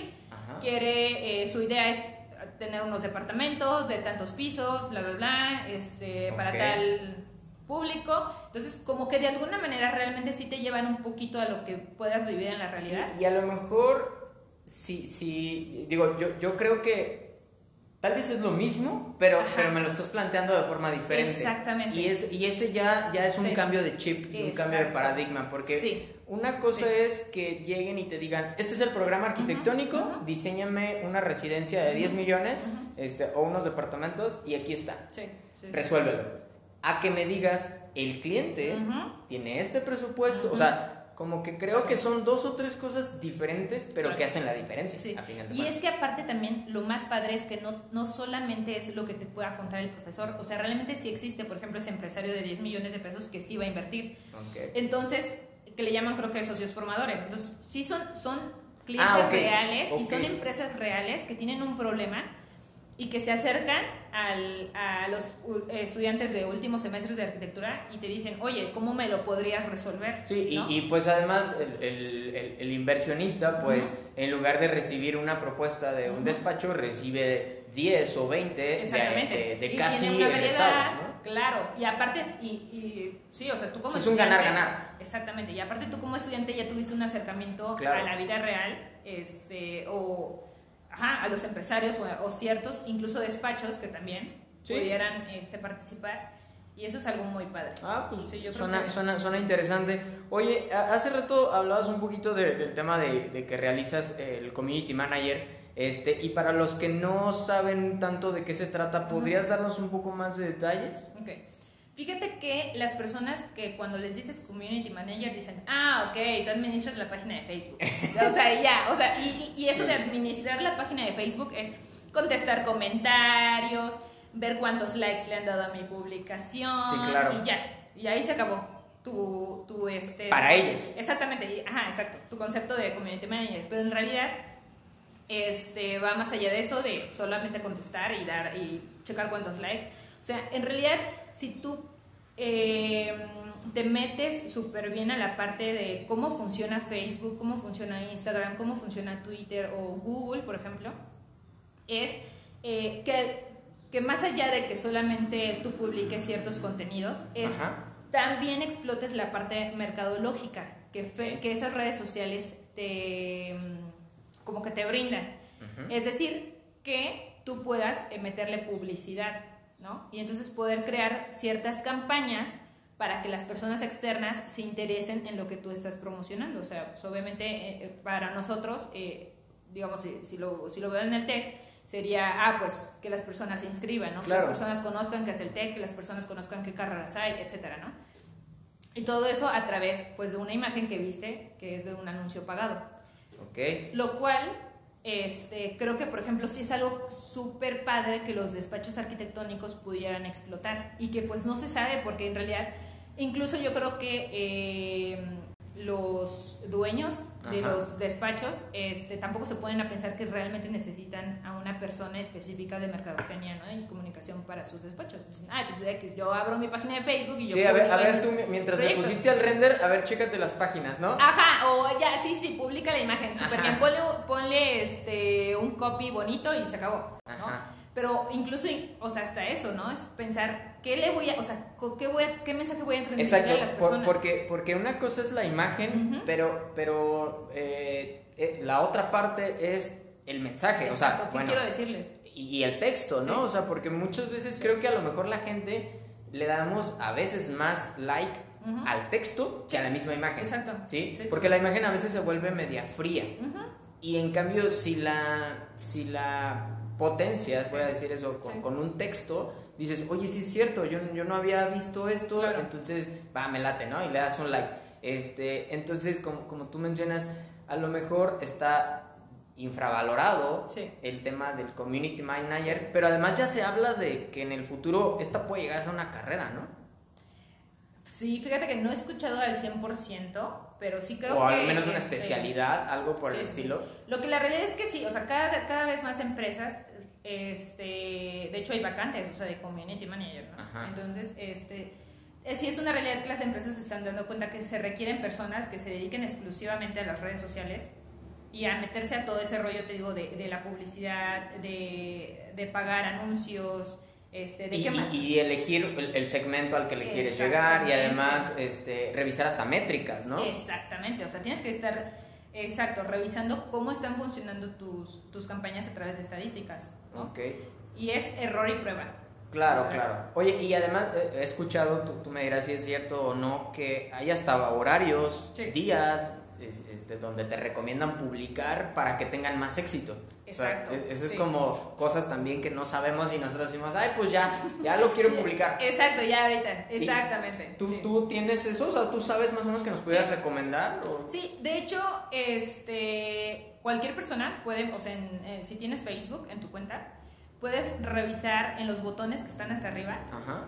[SPEAKER 1] Quiere, su idea es tener unos departamentos de tantos pisos, bla, bla, bla, para tal público. Entonces, como que de alguna manera realmente sí te llevan un poquito a lo que puedas vivir en la realidad.
[SPEAKER 2] Y a lo mejor, sí, digo, yo creo que tal vez es lo mismo, pero me lo estás planteando de forma diferente.
[SPEAKER 1] Exactamente.
[SPEAKER 2] Y ese ya es un cambio de chip, un cambio de paradigma, porque una cosa es que lleguen y te digan, este es el programa arquitectónico, diséñame una residencia de 10 millones o unos departamentos y aquí está, resuélvelo. A que me digas, el cliente tiene este presupuesto, o sea, como que creo que son 2 o 3 cosas diferentes, pero que hacen la diferencia. A final de
[SPEAKER 1] y es que aparte también lo más padre es que no solamente es lo que te pueda contar el profesor, o sea, realmente sí existe, por ejemplo, ese empresario de 10 millones de pesos que sí va a invertir. Entonces, que le llaman creo que socios formadores. Entonces, sí son clientes reales y son empresas reales que tienen un problema y que se acercan a los estudiantes de últimos semestres de arquitectura y te dicen, oye, ¿cómo me lo podrías resolver?
[SPEAKER 2] Sí,
[SPEAKER 1] ¿no?
[SPEAKER 2] y pues además el inversionista, pues en lugar de recibir una propuesta de un despacho, recibe 10 o 20 de casi egresados, ¿no?
[SPEAKER 1] Claro, y aparte, sí, o sea, tú como
[SPEAKER 2] es un ganar-ganar.
[SPEAKER 1] Exactamente, y aparte tú como estudiante ya tuviste un acercamiento a la vida real, a los empresarios o ciertos, incluso despachos que también pudieran participar, y eso es algo muy padre.
[SPEAKER 2] Pues sí, suena interesante. Oye, hace rato hablabas un poquito del tema de que realizas el Community Manager, y para los que no saben tanto de qué se trata, ¿podrías darnos un poco más de detalles?
[SPEAKER 1] Ok. Fíjate que las personas que cuando les dices Community Manager dicen, ok, tú administras la página de Facebook. Y eso de administrar la página de Facebook es contestar comentarios, ver cuántos likes le han dado a mi publicación.
[SPEAKER 2] Sí, claro.
[SPEAKER 1] Y ahí se acabó tu
[SPEAKER 2] para ellos.
[SPEAKER 1] Exactamente, exacto, tu concepto de Community Manager. Pero en realidad va más allá de eso, de solamente contestar y checar cuántos likes. O sea, en realidad, si tú te metes súper bien a la parte de cómo funciona Facebook, cómo funciona Instagram, cómo funciona Twitter o Google, por ejemplo, es que más allá de que solamente tú publiques ciertos contenidos, es también explotes la parte mercadológica que esas redes sociales como que te brindan. Es decir, que tú puedas meterle publicidad, ¿no? Y entonces poder crear ciertas campañas para que las personas externas se interesen en lo que tú estás promocionando. O sea, pues obviamente para nosotros, digamos, si lo veo en el TEC, sería, pues, que las personas se inscriban, ¿no? Claro. Que las personas conozcan qué es el TEC, que las personas conozcan qué carreras hay, etcétera, ¿no? Y todo eso a través, pues, de una imagen que viste, que es de un anuncio pagado.
[SPEAKER 2] Ok.
[SPEAKER 1] Lo cual... creo que, por ejemplo, sí es algo súper padre que los despachos arquitectónicos pudieran explotar y que pues no se sabe porque en realidad, incluso yo creo que los dueños de los despachos tampoco se ponen a pensar que realmente necesitan a una persona específica de mercadotecnia, ¿no? Y comunicación para sus despachos. Dicen, pues yo abro mi página de Facebook y yo...
[SPEAKER 2] Sí, a ver tú mientras le pusiste al render, a ver, chécate las páginas, ¿no?
[SPEAKER 1] O ya, sí, publica la imagen, súper bien, ponle un copy bonito y se acabó, ¿no? Pero incluso, o sea, hasta eso, ¿no? Es pensar, ¿qué mensaje voy a transmitirle a las personas?
[SPEAKER 2] Porque una cosa es la imagen, pero la otra parte es el mensaje.
[SPEAKER 1] Exacto,
[SPEAKER 2] o sea,
[SPEAKER 1] ¿qué quiero decirles?
[SPEAKER 2] Y el texto, ¿no? Sí. O sea, porque muchas veces creo que a lo mejor la gente le damos a veces más like al texto que a la misma imagen.
[SPEAKER 1] Exacto.
[SPEAKER 2] ¿Sí? Porque la imagen a veces se vuelve media fría. Y en cambio, si la potencias, voy a decir eso, con un texto, dices, oye, sí es cierto, yo no había visto esto, claro. Entonces, me late, ¿no? Y le das un like. Entonces, como tú mencionas, a lo mejor está infravalorado el tema del Community Manager, pero además ya se habla de que en el futuro esta puede llegar a ser una carrera, ¿no?
[SPEAKER 1] Sí, fíjate que no he escuchado al 100%, pero sí creo que...
[SPEAKER 2] O al menos una especialidad, algo por el estilo.
[SPEAKER 1] Lo que la realidad es que sí, o sea, cada vez más empresas, de hecho hay vacantes, o sea, de Community Manager, ¿no? Entonces, sí es una realidad que las empresas se están dando cuenta que se requieren personas que se dediquen exclusivamente a las redes sociales y a meterse a todo ese rollo, te digo, de la publicidad, de pagar anuncios,
[SPEAKER 2] y elegir el segmento al que le quieres llegar y además revisar hasta métricas, ¿no?
[SPEAKER 1] Exactamente, o sea, tienes que estar, revisando cómo están funcionando tus campañas a través de estadísticas, ¿no?
[SPEAKER 2] Okay.
[SPEAKER 1] Y es error y prueba.
[SPEAKER 2] Claro. Oye, y además he escuchado, tú me dirás si es cierto o no, que hay hasta horarios, días, donde te recomiendan publicar para que tengan más éxito.
[SPEAKER 1] Exacto.
[SPEAKER 2] O sea, eso es como cosas también que no sabemos y nosotros decimos, ay, pues ya lo quiero publicar.
[SPEAKER 1] Exacto, ya ahorita, exactamente.
[SPEAKER 2] ¿Tú tienes eso? O sea, ¿tú sabes más o menos que nos pudieras recomendar? ¿O?
[SPEAKER 1] Sí, de hecho, cualquier persona puede, o sea, si tienes Facebook en tu cuenta, puedes revisar en los botones que están hasta arriba.
[SPEAKER 2] Ajá.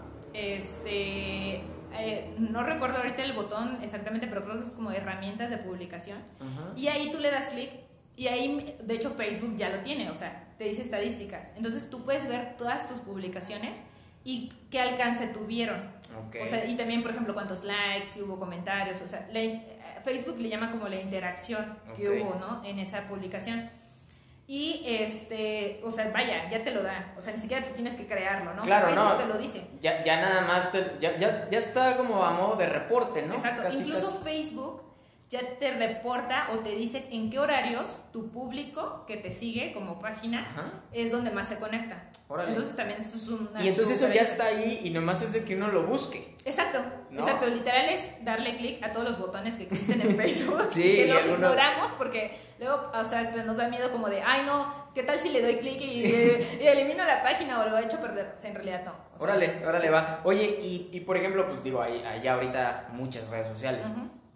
[SPEAKER 1] No recuerdo ahorita el botón exactamente, pero creo que es como herramientas de publicación.
[SPEAKER 2] Ajá.
[SPEAKER 1] Y ahí tú le das clic y ahí, de hecho, Facebook ya lo tiene, o sea, te dice estadísticas. Entonces tú puedes ver todas tus publicaciones y qué alcance tuvieron.
[SPEAKER 2] Okay.
[SPEAKER 1] O sea, y también, por ejemplo, cuántos likes, si hubo comentarios, o sea, Facebook le llama como la interacción que hubo, ¿no? En esa publicación. Y o sea, vaya, ya te lo da. O sea, ni siquiera tú tienes que crearlo, ¿no?
[SPEAKER 2] Claro,
[SPEAKER 1] o sea, Facebook
[SPEAKER 2] no.
[SPEAKER 1] te lo dice.
[SPEAKER 2] Ya nada más, ya está como a modo de reporte, ¿no?
[SPEAKER 1] Exacto. Incluso Facebook ya te reporta o te dice en qué horarios tu público que te sigue como página es donde más se conecta.
[SPEAKER 2] Órale.
[SPEAKER 1] Entonces también esto es una...
[SPEAKER 2] Y entonces eso ya está ahí y nomás es de que uno lo busque.
[SPEAKER 1] Exacto, ¿no? Exacto, literal es darle clic a todos los botones que existen en Facebook.
[SPEAKER 2] Sí,
[SPEAKER 1] que los ignoramos porque luego, o sea, nos da miedo como de, ay no, ¿qué tal si le doy clic y elimino la página o lo he hecho perder? O sea, en realidad no. O sea,
[SPEAKER 2] órale, va. Oye, y por ejemplo, pues digo, hay ahorita muchas redes sociales.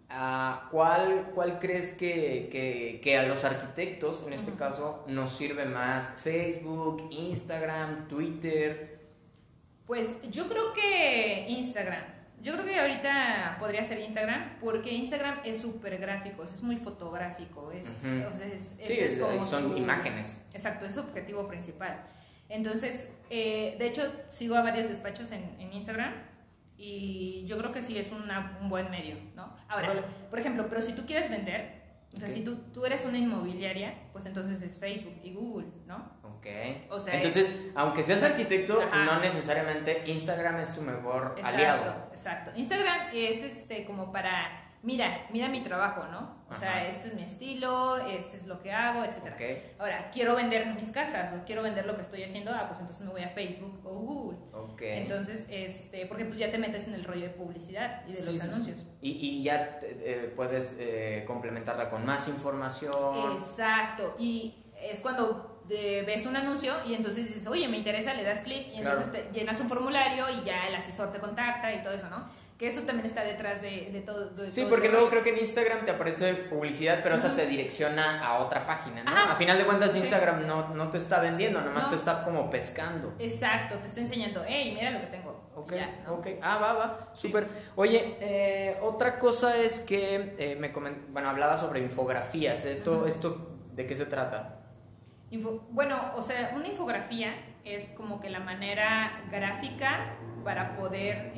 [SPEAKER 2] ¿Cuál crees que a los arquitectos, en este caso, nos sirve más? ¿Facebook, Instagram, Twitter?
[SPEAKER 1] Pues yo creo que Instagram. Yo creo que ahorita podría ser Instagram, porque Instagram es súper gráfico, es muy fotográfico. O sea,
[SPEAKER 2] son imágenes.
[SPEAKER 1] Exacto, es su objetivo principal. Entonces, de hecho, sigo a varios despachos en Instagram. Y yo creo que sí es un buen medio, ¿no? Ahora, por ejemplo, pero si tú quieres vender, o sea, si tú eres una inmobiliaria, pues entonces es Facebook y Google, ¿no?
[SPEAKER 2] Ok.
[SPEAKER 1] O sea,
[SPEAKER 2] entonces, aunque seas arquitecto, no necesariamente Instagram es tu mejor aliado.
[SPEAKER 1] Exacto. Instagram es como para... Mira mi trabajo, ¿no? O sea, este es mi estilo, este es lo que hago, etcétera.
[SPEAKER 2] Okay.
[SPEAKER 1] Ahora, quiero vender mis casas o quiero vender lo que estoy haciendo, pues entonces me voy a Facebook o Google.
[SPEAKER 2] Okay.
[SPEAKER 1] Entonces, porque pues ya te metes en el rollo de publicidad y de los anuncios.
[SPEAKER 2] Sí. Y ya puedes complementarla con más información.
[SPEAKER 1] Exacto. Y es cuando ves un anuncio y entonces dices, oye, me interesa, le das clic y entonces te llenas un formulario y ya el asesor te contacta y todo eso, ¿no? Que eso también está detrás de todo.
[SPEAKER 2] Sí, porque luego creo que en Instagram te aparece publicidad, pero esa te direcciona a otra página, ¿no? A final de cuentas Instagram no te está vendiendo, nomás te está como pescando.
[SPEAKER 1] Exacto, te está enseñando, hey, mira lo que tengo.
[SPEAKER 2] Ok, va, súper. Oye, otra cosa es que hablaba sobre infografías. ¿Esto de qué se trata?
[SPEAKER 1] Bueno, o sea, una infografía es como que la manera gráfica para poder...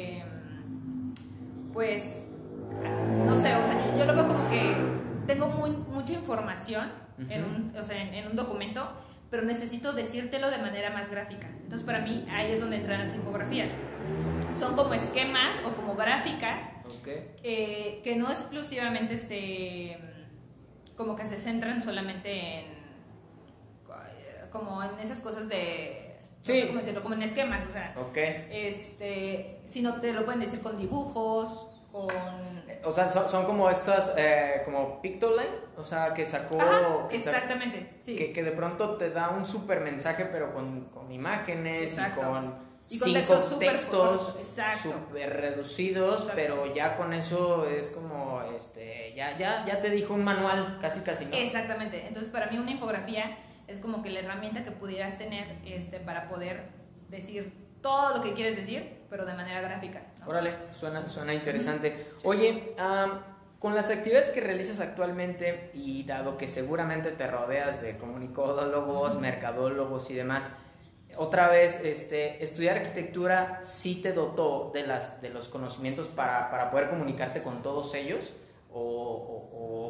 [SPEAKER 1] pues, no sé, o sea, yo lo veo como que tengo mucha información en un documento, pero necesito decírtelo de manera más gráfica. Entonces, para mí, ahí es donde entran las infografías. Son como esquemas o como gráficas que no exclusivamente como que se centran solamente en como en esas cosas de... No sé cómo decirlo, como en esquemas, o sea, sino te lo pueden decir con dibujos,
[SPEAKER 2] o sea, son como estas, como Pictoline, o sea, que sacó...
[SPEAKER 1] exactamente, sí.
[SPEAKER 2] Que de pronto te da un súper mensaje, pero con imágenes y con
[SPEAKER 1] textos
[SPEAKER 2] súper reducidos, pero ya con eso es como, ya te dijo un manual, casi, ¿no?
[SPEAKER 1] Exactamente, entonces para mí una infografía es como que la herramienta que pudieras tener para poder decir todo lo que quieres decir, pero de manera gráfica, ¿no?
[SPEAKER 2] Órale, suena interesante. Oye, con las actividades que realizas actualmente y dado que seguramente te rodeas de comunicólogos, mercadólogos y demás, otra vez, estudiar arquitectura sí te dotó de los conocimientos para poder comunicarte con todos ellos, o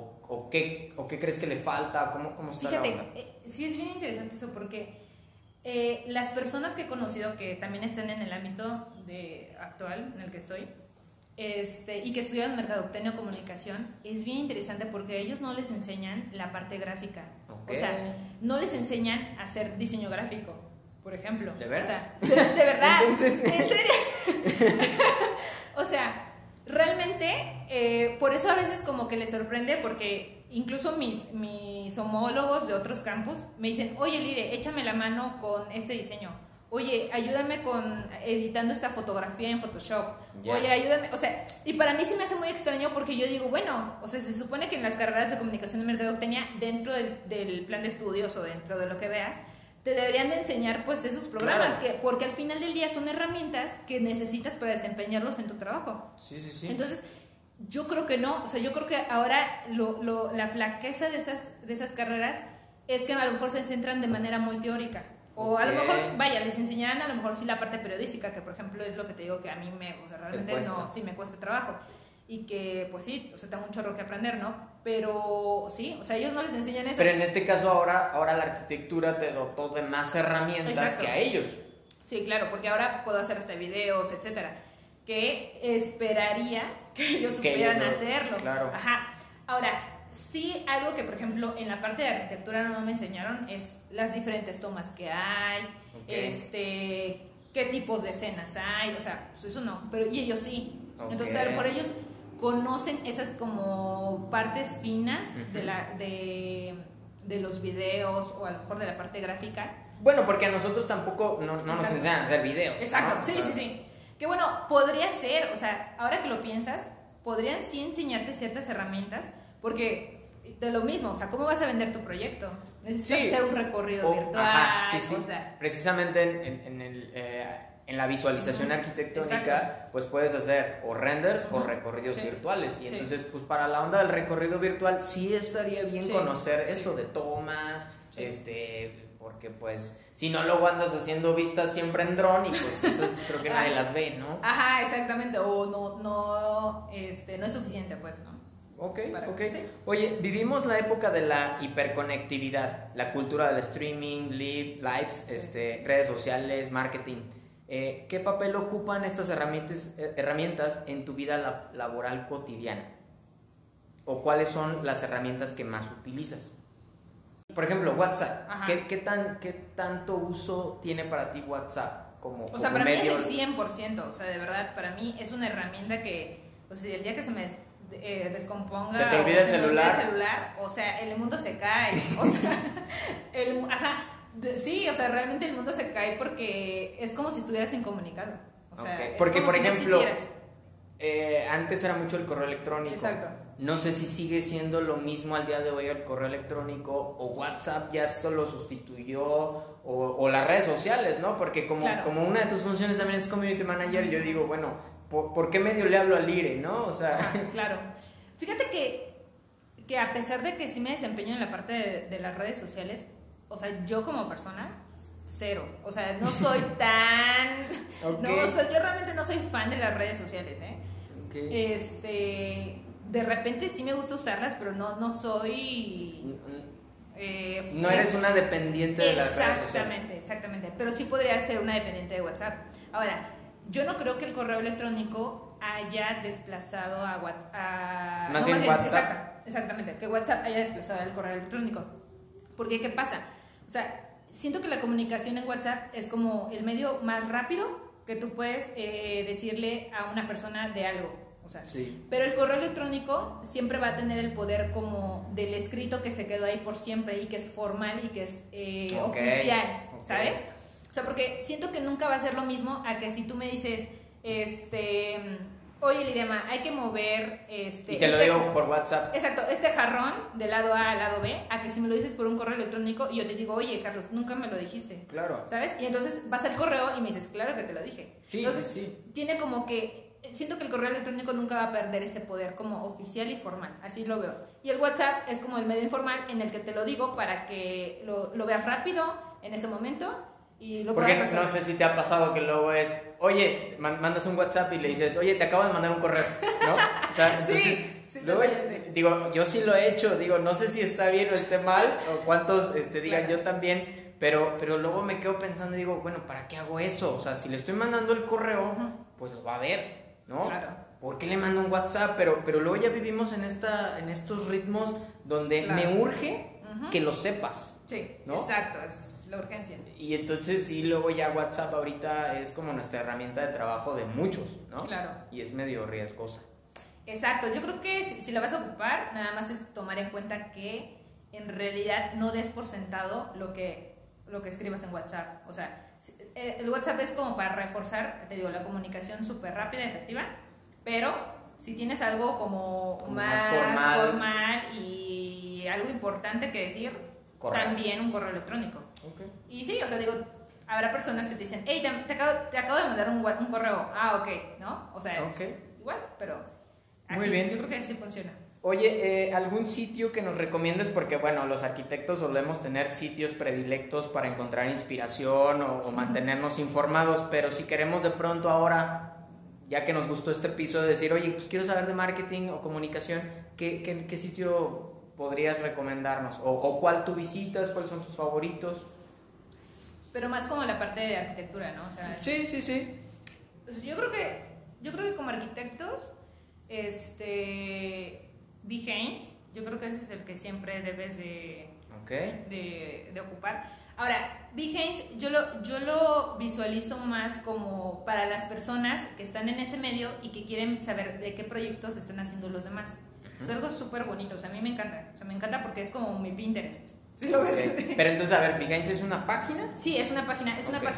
[SPEAKER 2] o qué crees que le falta? ¿Cómo está
[SPEAKER 1] Fíjate,
[SPEAKER 2] la onda?
[SPEAKER 1] Sí es bien interesante eso porque las personas que he conocido que también están en el ámbito actual en el que estoy y que estudian mercadotecnia o comunicación, es bien interesante porque a ellos no les enseñan la parte gráfica.
[SPEAKER 2] Okay.
[SPEAKER 1] O sea, no les enseñan a hacer diseño gráfico, por ejemplo.
[SPEAKER 2] ¿De verdad?
[SPEAKER 1] O sea, de verdad.
[SPEAKER 2] Entonces...
[SPEAKER 1] ¿En serio? O sea, realmente, por eso a veces como que les sorprende porque incluso mis homólogos de otros campus me dicen, oye Lire, échame la mano con este diseño. Oye, ayúdame con editando esta fotografía en Photoshop.
[SPEAKER 2] Yeah.
[SPEAKER 1] Oye, ayúdame. O sea, y para mí se me hace muy extraño porque yo digo, bueno, o sea, se supone que en las carreras de comunicación y mercadotecnia, dentro del plan de estudios o dentro de lo que veas, te deberían de enseñar pues esos programas,
[SPEAKER 2] claro.
[SPEAKER 1] porque al final del día son herramientas que necesitas para desempeñarlos en tu trabajo.
[SPEAKER 2] Sí.
[SPEAKER 1] Entonces, yo creo que no, o sea, yo creo que ahora la flaqueza de esas carreras es que a lo mejor se centran de manera muy teórica. O a lo mejor, vaya, les enseñarán a lo mejor sí la parte periodística, que por ejemplo es lo que te digo que a mí o sea, realmente no, sí me cuesta trabajo. Y que, pues sí, o sea, tengo un chorro que aprender, ¿no? Pero sí, o sea, ellos no les enseñan eso.
[SPEAKER 2] Pero en este caso ahora la arquitectura te dotó de más herramientas. Exacto. Que a ellos.
[SPEAKER 1] Sí, claro, porque ahora puedo hacer hasta videos, etcétera, que esperaría que ellos supieran hacerlo.
[SPEAKER 2] Claro.
[SPEAKER 1] Ajá. Ahora, sí, algo que, por ejemplo, en la parte de arquitectura no me enseñaron es las diferentes tomas que hay, qué tipos de escenas hay, o sea, pues eso no, pero y ellos sí. Entonces, a lo mejor ellos conocen esas como partes finas de los videos o a lo mejor de la parte gráfica.
[SPEAKER 2] Bueno, porque a nosotros tampoco no nos enseñan a hacer videos.
[SPEAKER 1] Exacto,
[SPEAKER 2] ¿no?
[SPEAKER 1] Sí. Que bueno, podría ser, o sea, ahora que lo piensas, podrían sí enseñarte ciertas herramientas, porque de lo mismo, o sea, ¿cómo vas a vender tu proyecto? Necesitas hacer un recorrido virtual.
[SPEAKER 2] Ajá,
[SPEAKER 1] o sea.
[SPEAKER 2] Precisamente en la visualización arquitectónica, pues puedes hacer o renders o recorridos virtuales. Y entonces, pues para la onda del recorrido virtual, sí estaría bien conocer esto de tomas, porque pues si no luego andas haciendo vistas siempre en dron y pues esas creo que nadie las ve, ¿no?
[SPEAKER 1] Ajá, exactamente, o no es suficiente, pues, ¿no?
[SPEAKER 2] Ok.
[SPEAKER 1] ¿Sí?
[SPEAKER 2] Oye, vivimos la época de la hiperconectividad, la cultura del streaming, lives, redes sociales, marketing. ¿Qué papel ocupan estas herramientas en tu vida laboral cotidiana? ¿O cuáles son las herramientas que más utilizas? Por ejemplo, WhatsApp. ¿Qué tanto uso tiene para ti WhatsApp?
[SPEAKER 1] O sea, para mí es el 100%. O sea, de verdad, para mí es una herramienta que, o sea, el día que se me descomponga,
[SPEAKER 2] se te olvida el celular,
[SPEAKER 1] o sea, el mundo se cae. O sea, sí, o sea, realmente el mundo se cae porque es como si estuvieras incomunicado. O sea,
[SPEAKER 2] porque, por ejemplo,
[SPEAKER 1] no
[SPEAKER 2] antes era mucho el correo electrónico.
[SPEAKER 1] Exacto.
[SPEAKER 2] No sé si sigue siendo lo mismo al día de hoy el correo electrónico o WhatsApp ya solo sustituyó o las redes sociales, ¿no? Porque como una de tus funciones también es community manager, yo digo, bueno, ¿por qué medio le hablo a Lire, no? O sea...
[SPEAKER 1] claro. Fíjate que a pesar de que sí me desempeño en la parte de las redes sociales, o sea, yo como persona, cero. O sea, no soy tan... No, o sea, yo realmente no soy fan de las redes sociales, ¿eh? De repente sí me gusta usarlas, pero no soy...
[SPEAKER 2] no eres una dependiente de las redes sociales.
[SPEAKER 1] Exactamente. Pero sí podría ser una dependiente de WhatsApp. Ahora, yo no creo que el correo electrónico haya desplazado a WhatsApp.
[SPEAKER 2] Más bien WhatsApp.
[SPEAKER 1] Exactamente, que WhatsApp haya desplazado el correo electrónico. Porque, ¿qué pasa? O sea, siento que la comunicación en WhatsApp es como el medio más rápido que tú puedes decirle a una persona de algo. O sea, pero el correo electrónico siempre va a tener el poder como del escrito que se quedó ahí por siempre y que es formal y que es oficial, ¿sabes? O sea, porque siento que nunca va a ser lo mismo a que si tú me dices, oye Lirema, hay que mover
[SPEAKER 2] y te lo digo por WhatsApp.
[SPEAKER 1] Exacto, este jarrón del lado A al lado B, a que si me lo dices por un correo electrónico y yo te digo, oye Carlos, nunca me lo dijiste.
[SPEAKER 2] Claro.
[SPEAKER 1] ¿Sabes? Y entonces vas al correo y me dices, claro que te lo dije. Entonces, tiene como que... Siento que el correo electrónico nunca va a perder ese poder como oficial y formal, así lo veo. Y el WhatsApp es como el medio informal en el que te lo digo para que lo veas rápido en ese momento y lo
[SPEAKER 2] Porque
[SPEAKER 1] puedas
[SPEAKER 2] no
[SPEAKER 1] resolver.
[SPEAKER 2] sé si te ha pasado que luego es, oye, mandas un WhatsApp y le dices, oye, te acabo de mandar un correo, ¿no? O sea, entonces,
[SPEAKER 1] Sí,
[SPEAKER 2] luego,
[SPEAKER 1] totalmente.
[SPEAKER 2] digo, yo sí lo he hecho, digo, no sé si está bien o esté mal, o cuántos digan
[SPEAKER 1] Claro.
[SPEAKER 2] yo también, pero luego me quedo pensando y digo, bueno, ¿para qué hago eso? O sea, si le estoy mandando el correo, pues lo va a ver, ¿no?
[SPEAKER 1] Claro.
[SPEAKER 2] ¿Por qué le mando un WhatsApp? Pero luego ya vivimos en estos ritmos donde
[SPEAKER 1] Claro.
[SPEAKER 2] me urge que lo sepas.
[SPEAKER 1] Sí,
[SPEAKER 2] ¿no?
[SPEAKER 1] exacto, es la urgencia.
[SPEAKER 2] Y entonces sí, luego ya WhatsApp ahorita es como nuestra herramienta de trabajo de muchos, ¿no?
[SPEAKER 1] Claro.
[SPEAKER 2] Y es medio riesgosa.
[SPEAKER 1] Exacto, yo creo que si la vas a ocupar, nada más es tomar en cuenta que en realidad no des por sentado lo que escribas en WhatsApp. O sea, el WhatsApp es como para reforzar, te digo, la comunicación súper rápida y efectiva, pero si tienes algo como más formal y algo importante que decir,
[SPEAKER 2] Correo.
[SPEAKER 1] también un correo electrónico.
[SPEAKER 2] Okay.
[SPEAKER 1] Y sí, o sea, digo, habrá personas que te dicen, hey, te acabo de mandar un correo. Ah, ok, ¿no? O sea,
[SPEAKER 2] Okay.
[SPEAKER 1] igual, pero así,
[SPEAKER 2] Muy bien.
[SPEAKER 1] yo creo que así funciona.
[SPEAKER 2] Oye, ¿algún sitio que nos recomiendes? Porque, bueno, los arquitectos solemos tener sitios predilectos para encontrar inspiración o mantenernos informados, pero si queremos de pronto ahora, ya que nos gustó este episodio, decir, oye, pues quiero saber de marketing o comunicación, ¿qué sitio podrías recomendarnos? ¿O cuál tú visitas? ¿Cuáles son tus favoritos?
[SPEAKER 1] Pero más como la parte de arquitectura, ¿no? O sea,
[SPEAKER 2] Sí.
[SPEAKER 1] pues yo creo que como arquitectos, Behance, yo creo que ese es el que siempre debes de ocupar. Ahora, Behance yo lo visualizo más como para las personas que están en ese medio y que quieren saber de qué proyectos están haciendo los demás. Es algo súper bonito, o sea, a mí me encanta. O sea, me encanta porque es como mi Pinterest. ¿Sí lo ves?
[SPEAKER 2] Okay. Pero entonces, a ver, ¿Behance es una página?
[SPEAKER 1] Sí, es una página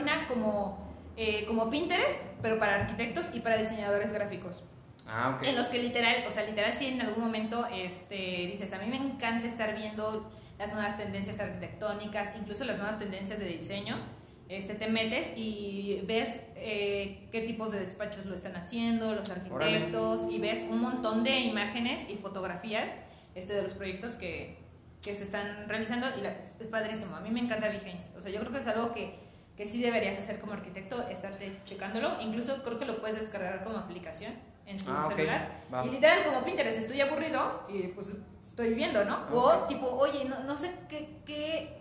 [SPEAKER 1] como Pinterest, pero para arquitectos y para diseñadores gráficos.
[SPEAKER 2] Ah, ok.
[SPEAKER 1] En los que literal sí en algún momento dices, a mí me encanta estar viendo las nuevas tendencias arquitectónicas, incluso las nuevas tendencias de diseño. Te metes y ves qué tipos de despachos lo están haciendo, los arquitectos, y ves un montón de imágenes y fotografías de los proyectos que se están realizando y es padrísimo. A mí me encanta Behance. O sea, yo creo que es algo que sí deberías hacer como arquitecto, estarte checándolo. Incluso creo que lo puedes descargar como aplicación en tu celular.
[SPEAKER 2] Va.
[SPEAKER 1] Y literal, como Pinterest, estoy aburrido y pues estoy viendo, ¿no? O tipo, oye, no sé qué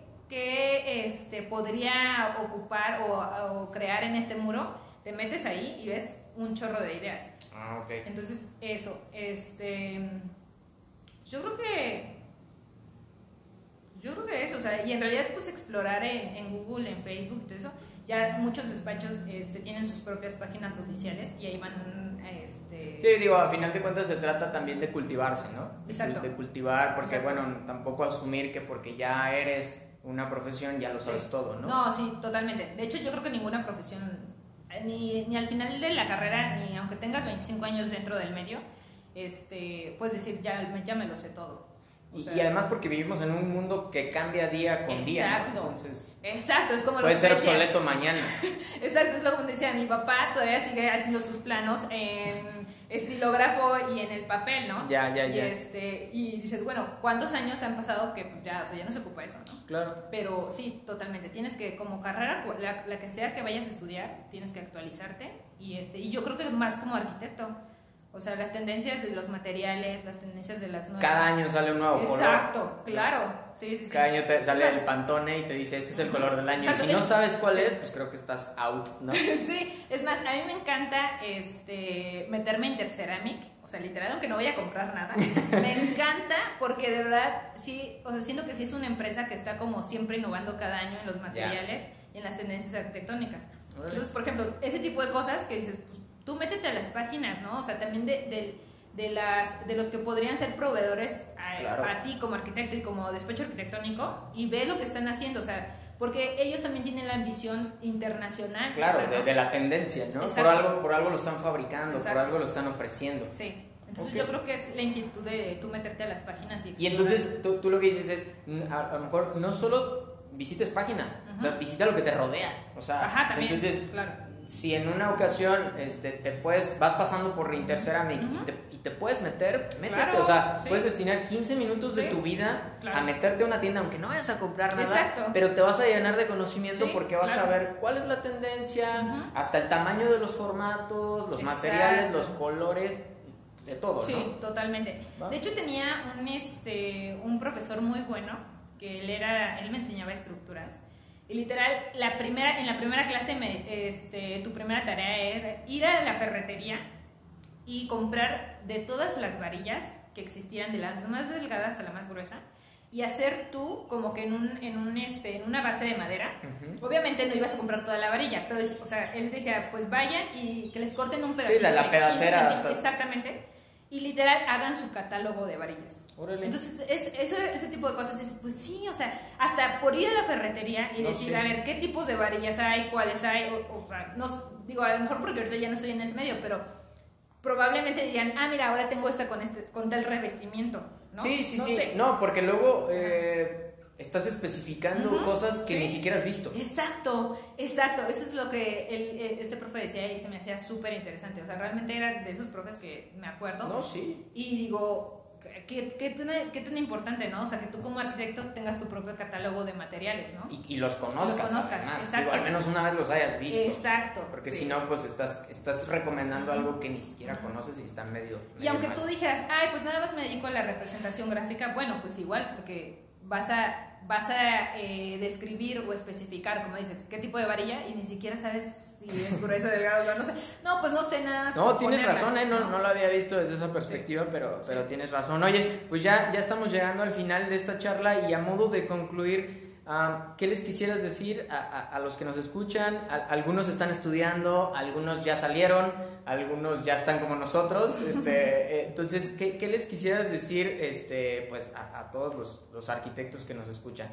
[SPEAKER 1] podría ocupar o crear en este muro. Te metes ahí y ves un chorro de ideas.
[SPEAKER 2] Ah, ok.
[SPEAKER 1] Entonces, eso, yo creo que eso, o sea, y en realidad pues explorar en Google, en Facebook y todo eso, ya muchos despachos tienen sus propias páginas oficiales y ahí van,
[SPEAKER 2] Sí, digo, a final de cuentas se trata también de cultivarse, ¿no?
[SPEAKER 1] Exacto.
[SPEAKER 2] De cultivar, porque
[SPEAKER 1] Exacto.
[SPEAKER 2] bueno, tampoco asumir que porque ya eres una profesión ya lo sabes todo, ¿no?
[SPEAKER 1] No, sí, totalmente. De hecho, yo creo que ninguna profesión, ni al final de la carrera, ni aunque tengas 25 años dentro del medio, puedes decir, ya me lo sé todo. O sea,
[SPEAKER 2] y además porque vivimos en un mundo que cambia día con día, ¿no?
[SPEAKER 1] exacto.
[SPEAKER 2] Entonces,
[SPEAKER 1] Exacto, es como lo
[SPEAKER 2] puede
[SPEAKER 1] que
[SPEAKER 2] ser
[SPEAKER 1] decía.
[SPEAKER 2] obsoleto mañana.
[SPEAKER 1] Exacto, es lo que decía, mi papá todavía sigue haciendo sus planos en estilógrafo y en el papel, ¿no?
[SPEAKER 2] Ya.
[SPEAKER 1] Y dices, bueno, ¿cuántos años han pasado que pues, ya, o sea, ya no se ocupa eso, ¿no?
[SPEAKER 2] Claro.
[SPEAKER 1] Pero sí, totalmente, tienes que, como carrera, la que sea que vayas a estudiar, tienes que actualizarte y yo creo que más como arquitecto. O sea, las tendencias de los materiales, las tendencias de las nuevas.
[SPEAKER 2] Cada año sale un nuevo color.
[SPEAKER 1] Exacto, claro. Sí.
[SPEAKER 2] Cada año te sale
[SPEAKER 1] Es
[SPEAKER 2] el Pantone y te dice, este es el color del año.
[SPEAKER 1] Exacto,
[SPEAKER 2] Y si no sabes cuál
[SPEAKER 1] sí.
[SPEAKER 2] es, pues creo que estás out, ¿no?
[SPEAKER 1] Sí, es más, a mí me encanta meterme en Interceramic, o sea, literal, aunque no voy a comprar nada. Me encanta porque de verdad, sí, o sea, siento que sí es una empresa que está como siempre innovando cada año en los materiales y en las tendencias arquitectónicas. Entonces, por ejemplo, ese tipo de cosas que dices, pues tú métete a las páginas, ¿no? O sea, también de los que podrían ser proveedores
[SPEAKER 2] Claro.
[SPEAKER 1] a ti como arquitecto y como despacho arquitectónico y ve lo que están haciendo, o sea, porque ellos también tienen la ambición internacional.
[SPEAKER 2] Claro,
[SPEAKER 1] o sea, ¿no?
[SPEAKER 2] de la tendencia, ¿no?
[SPEAKER 1] Exacto.
[SPEAKER 2] Por algo lo están fabricando,
[SPEAKER 1] Exacto.
[SPEAKER 2] por algo lo están ofreciendo.
[SPEAKER 1] Sí, entonces
[SPEAKER 2] Ok.
[SPEAKER 1] yo creo que es la inquietud de tú meterte a las páginas y
[SPEAKER 2] Y entonces tú lo que dices es, a lo mejor no solo visites páginas, o sea, visita lo que te rodea. O sea,
[SPEAKER 1] Ajá, también,
[SPEAKER 2] entonces
[SPEAKER 1] claro.
[SPEAKER 2] si en una ocasión vas pasando por Interceramic y te puedes meter, métete.
[SPEAKER 1] Claro,
[SPEAKER 2] o sea,
[SPEAKER 1] sí.
[SPEAKER 2] puedes destinar 15 minutos de tu vida a meterte a una tienda, aunque no vayas a comprar nada.
[SPEAKER 1] Exacto.
[SPEAKER 2] Pero te vas a llenar de conocimiento,
[SPEAKER 1] Sí,
[SPEAKER 2] porque vas a ver cuál es la tendencia, hasta el tamaño de los formatos, los materiales, los colores, de todo, ¿no?
[SPEAKER 1] Sí, totalmente.
[SPEAKER 2] ¿Va?
[SPEAKER 1] De hecho, tenía un profesor muy bueno, que él me enseñaba estructuras. Y literal, en la primera clase, tu primera tarea era ir a la ferretería y comprar de todas las varillas que existían, de las más delgadas hasta la más gruesa, y hacer tú como que en una base de madera. Obviamente no ibas a comprar toda la varilla, pero o sea, él decía, pues vayan y que les corten un pedacito.
[SPEAKER 2] Sí, la pedacera. Hasta...
[SPEAKER 1] Exactamente. Y literal hagan su catálogo de varillas.
[SPEAKER 2] Órale.
[SPEAKER 1] Entonces, ese tipo de cosas, pues sí, o sea, hasta por ir a la ferretería y decir, sí, a ver, ¿qué tipos de varillas hay? ¿Cuáles hay? O sea, no, digo, a lo mejor porque ahorita ya no estoy en ese medio, pero probablemente dirían, mira, ahora tengo esta con tal revestimiento, ¿no?
[SPEAKER 2] Sí.
[SPEAKER 1] No sé.
[SPEAKER 2] No, porque luego estás especificando cosas que ni siquiera has visto.
[SPEAKER 1] Exacto. Eso es lo que este profe decía y se me hacía súper interesante. O sea, realmente era de esos profes que me acuerdo.
[SPEAKER 2] No, sí.
[SPEAKER 1] Y digo, qué tan importante, ¿no? O sea, que tú como arquitecto tengas tu propio catálogo de materiales, ¿no?
[SPEAKER 2] Y los conozcas. Además.
[SPEAKER 1] Exacto.
[SPEAKER 2] Digo, al menos una vez los hayas visto.
[SPEAKER 1] Exacto.
[SPEAKER 2] Porque si no, pues estás recomendando algo que ni siquiera conoces y está medio
[SPEAKER 1] y aunque
[SPEAKER 2] mal.
[SPEAKER 1] tú dijeras, pues nada más me dedico a la representación gráfica, bueno, pues igual, porque vas a describir o especificar, como dices, qué tipo de varilla y ni siquiera sabes si es gruesa, delgada, no sé. No, pues no sé, nada más.
[SPEAKER 2] No, tienes razón, no lo había visto desde esa perspectiva, pero tienes razón. Oye, pues ya estamos llegando al final de esta charla y a modo de concluir, ¿qué les quisieras decir a los que nos escuchan? Algunos están estudiando, algunos ya salieron, algunos ya están como nosotros. Entonces, ¿qué les quisieras decir pues a todos los arquitectos que nos escuchan?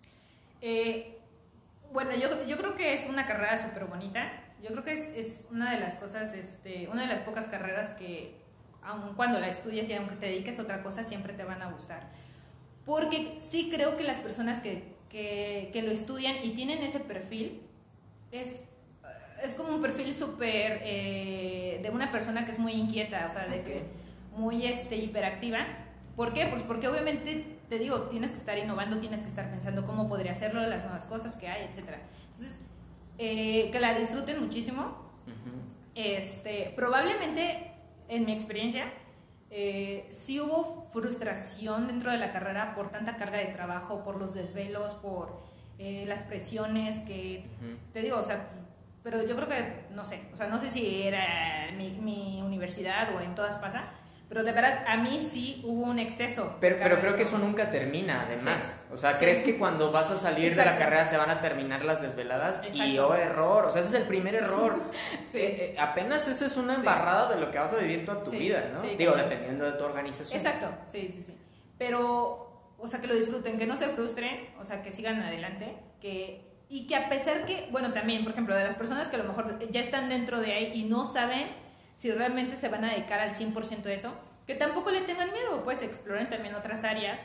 [SPEAKER 1] Bueno, yo creo que es una carrera súper bonita. Yo creo que es una de las cosas, una de las pocas carreras que, aun cuando la estudies y aunque te dediques a otra cosa, siempre te van a gustar. Porque sí creo que las personas que lo estudian y tienen ese perfil, es como un perfil súper de una persona que es muy inquieta, o sea, de que muy hiperactiva. ¿Por qué? Pues porque obviamente, te digo, tienes que estar innovando, tienes que estar pensando cómo podría hacerlo, las nuevas cosas que hay, etc. Entonces, que la disfruten muchísimo. Probablemente, en mi experiencia, sí hubo frustración dentro de la carrera por tanta carga de trabajo, por los desvelos, por las presiones que, te digo, o sea, pero yo creo que, no sé si era mi universidad o en todas pasa, pero de verdad a mí sí hubo un exceso.
[SPEAKER 2] Pero creo que eso nunca termina, además.
[SPEAKER 1] Sí.
[SPEAKER 2] O sea, ¿crees que cuando vas a salir de la carrera se van a terminar las desveladas? Y error, o sea, ese es el primer error.
[SPEAKER 1] Sí.
[SPEAKER 2] Apenas esa es una embarrada de lo que vas a vivir toda tu vida, ¿no? Digo, dependiendo de tu organización.
[SPEAKER 1] Exacto, sí. Pero, o sea, que lo disfruten, que no se frustren, o sea, que sigan adelante, y que a pesar que, bueno, también, por ejemplo, de las personas que a lo mejor ya están dentro de ahí y no saben si realmente se van a dedicar al 100% de eso, que tampoco le tengan miedo, pues exploren también otras áreas,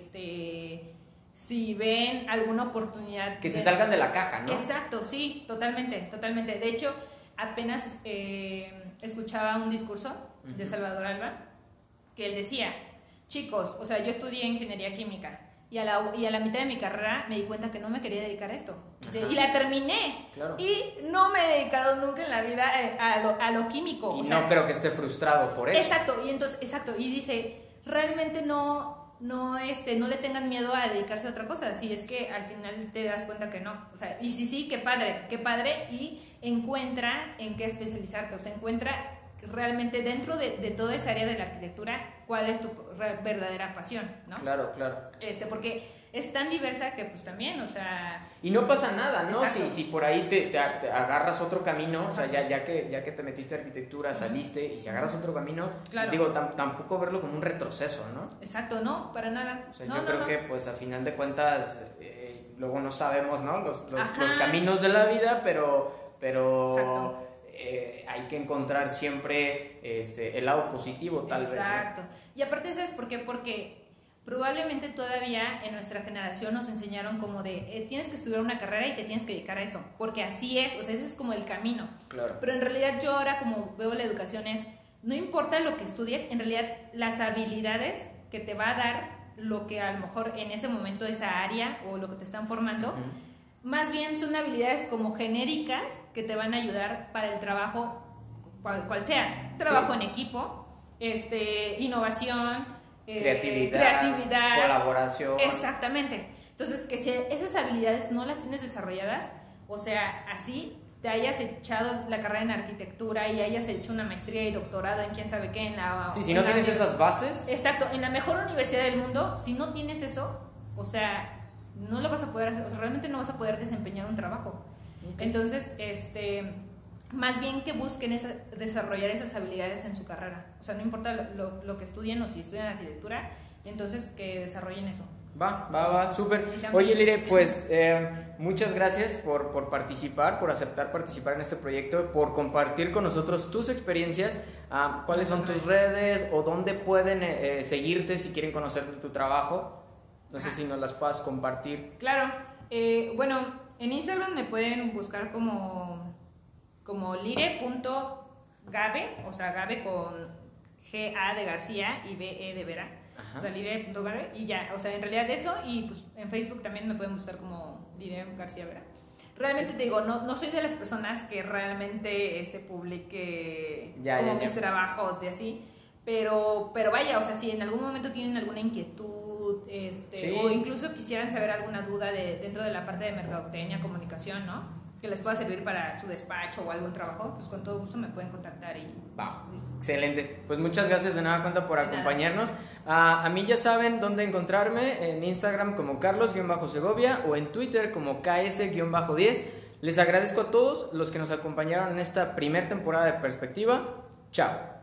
[SPEAKER 1] si ven alguna oportunidad.
[SPEAKER 2] Que se salgan de la caja, ¿no?
[SPEAKER 1] Exacto, sí, totalmente. De hecho, apenas escuchaba un discurso de Salvador Alba, que él decía, chicos, o sea, yo estudié ingeniería química, y a la mitad de mi carrera me di cuenta que no me quería dedicar a esto. Y la terminé. Claro. Y no me he dedicado nunca en la vida a lo químico.
[SPEAKER 2] Y o sea, no creo que esté frustrado por eso.
[SPEAKER 1] Exacto. Y dice, realmente no le tengan miedo a dedicarse a otra cosa. Si es que al final te das cuenta que no. O sea, y sí, qué padre. Y encuentra en qué especializarte. O sea, encuentra realmente dentro de toda esa área de la arquitectura cuál es tu verdadera pasión, ¿no? Claro. Porque es tan diversa que pues también, o sea...
[SPEAKER 2] Y no pasa nada, ¿no? Si por ahí te agarras otro camino, o sea, ya que te metiste a arquitectura, saliste, y si agarras otro camino, digo, tampoco verlo como un retroceso, ¿no?
[SPEAKER 1] Exacto, no, para nada.
[SPEAKER 2] O sea, yo creo que pues a final de cuentas, luego no sabemos, ¿no? Los caminos de la vida, pero hay que encontrar siempre el lado positivo, tal vez.
[SPEAKER 1] Exacto. Y aparte, ¿sabes por qué? Porque Probablemente todavía en nuestra generación nos enseñaron como de tienes que estudiar una carrera y te tienes que dedicar a eso, porque así es, o sea, ese es como el camino.
[SPEAKER 2] Claro.
[SPEAKER 1] Pero en realidad yo ahora como veo la educación es, no importa lo que estudies, en realidad las habilidades que te va a dar lo que a lo mejor en ese momento esa área o lo que te están formando, más bien son habilidades como genéricas que te van a ayudar para el trabajo, cual sea, trabajo en equipo, innovación, creatividad,
[SPEAKER 2] colaboración.
[SPEAKER 1] Exactamente. Entonces, que si esas habilidades no las tienes desarrolladas, o sea, así te hayas echado la carrera en arquitectura y hayas hecho una maestría y doctorado en quién sabe qué,
[SPEAKER 2] si no tienes esas bases.
[SPEAKER 1] Exacto, en la mejor universidad del mundo, si no tienes eso, o sea, no lo vas a poder hacer, o sea, realmente no vas a poder desempeñar un trabajo. Okay. Entonces, más bien que busquen desarrollar esas habilidades en su carrera. O sea, no importa lo que estudien o si estudian arquitectura, entonces que desarrollen eso.
[SPEAKER 2] Va, súper. Oye, Lire, pues muchas gracias por participar, por aceptar participar en este proyecto, por compartir con nosotros tus experiencias, cuáles son tus redes o dónde pueden seguirte si quieren conocer tu trabajo. No sé si nos las puedas compartir.
[SPEAKER 1] Claro, bueno, en Instagram me pueden buscar como lire.gabe, o sea, Gabe con G-A de García y B-E de Vera. Ajá. O sea, lire.gabe y ya, o sea, en realidad eso, y pues en Facebook también me pueden buscar como Lire García Vera. Realmente te digo, no soy de las personas que realmente se publique mis trabajos y así, pero vaya, o sea, si en algún momento tienen alguna inquietud, o incluso quisieran saber alguna duda dentro de la parte de mercadotecnia, comunicación, ¿no?, que les pueda servir para su despacho o algún trabajo, pues con todo gusto me pueden contactar y...
[SPEAKER 2] Excelente. Pues muchas gracias de nueva cuenta por acompañarnos. A mí ya saben dónde encontrarme, en Instagram como Carlos-Segovia o en Twitter como KS-10. Les agradezco a todos los que nos acompañaron en esta primera temporada de Perspectiva. Chao.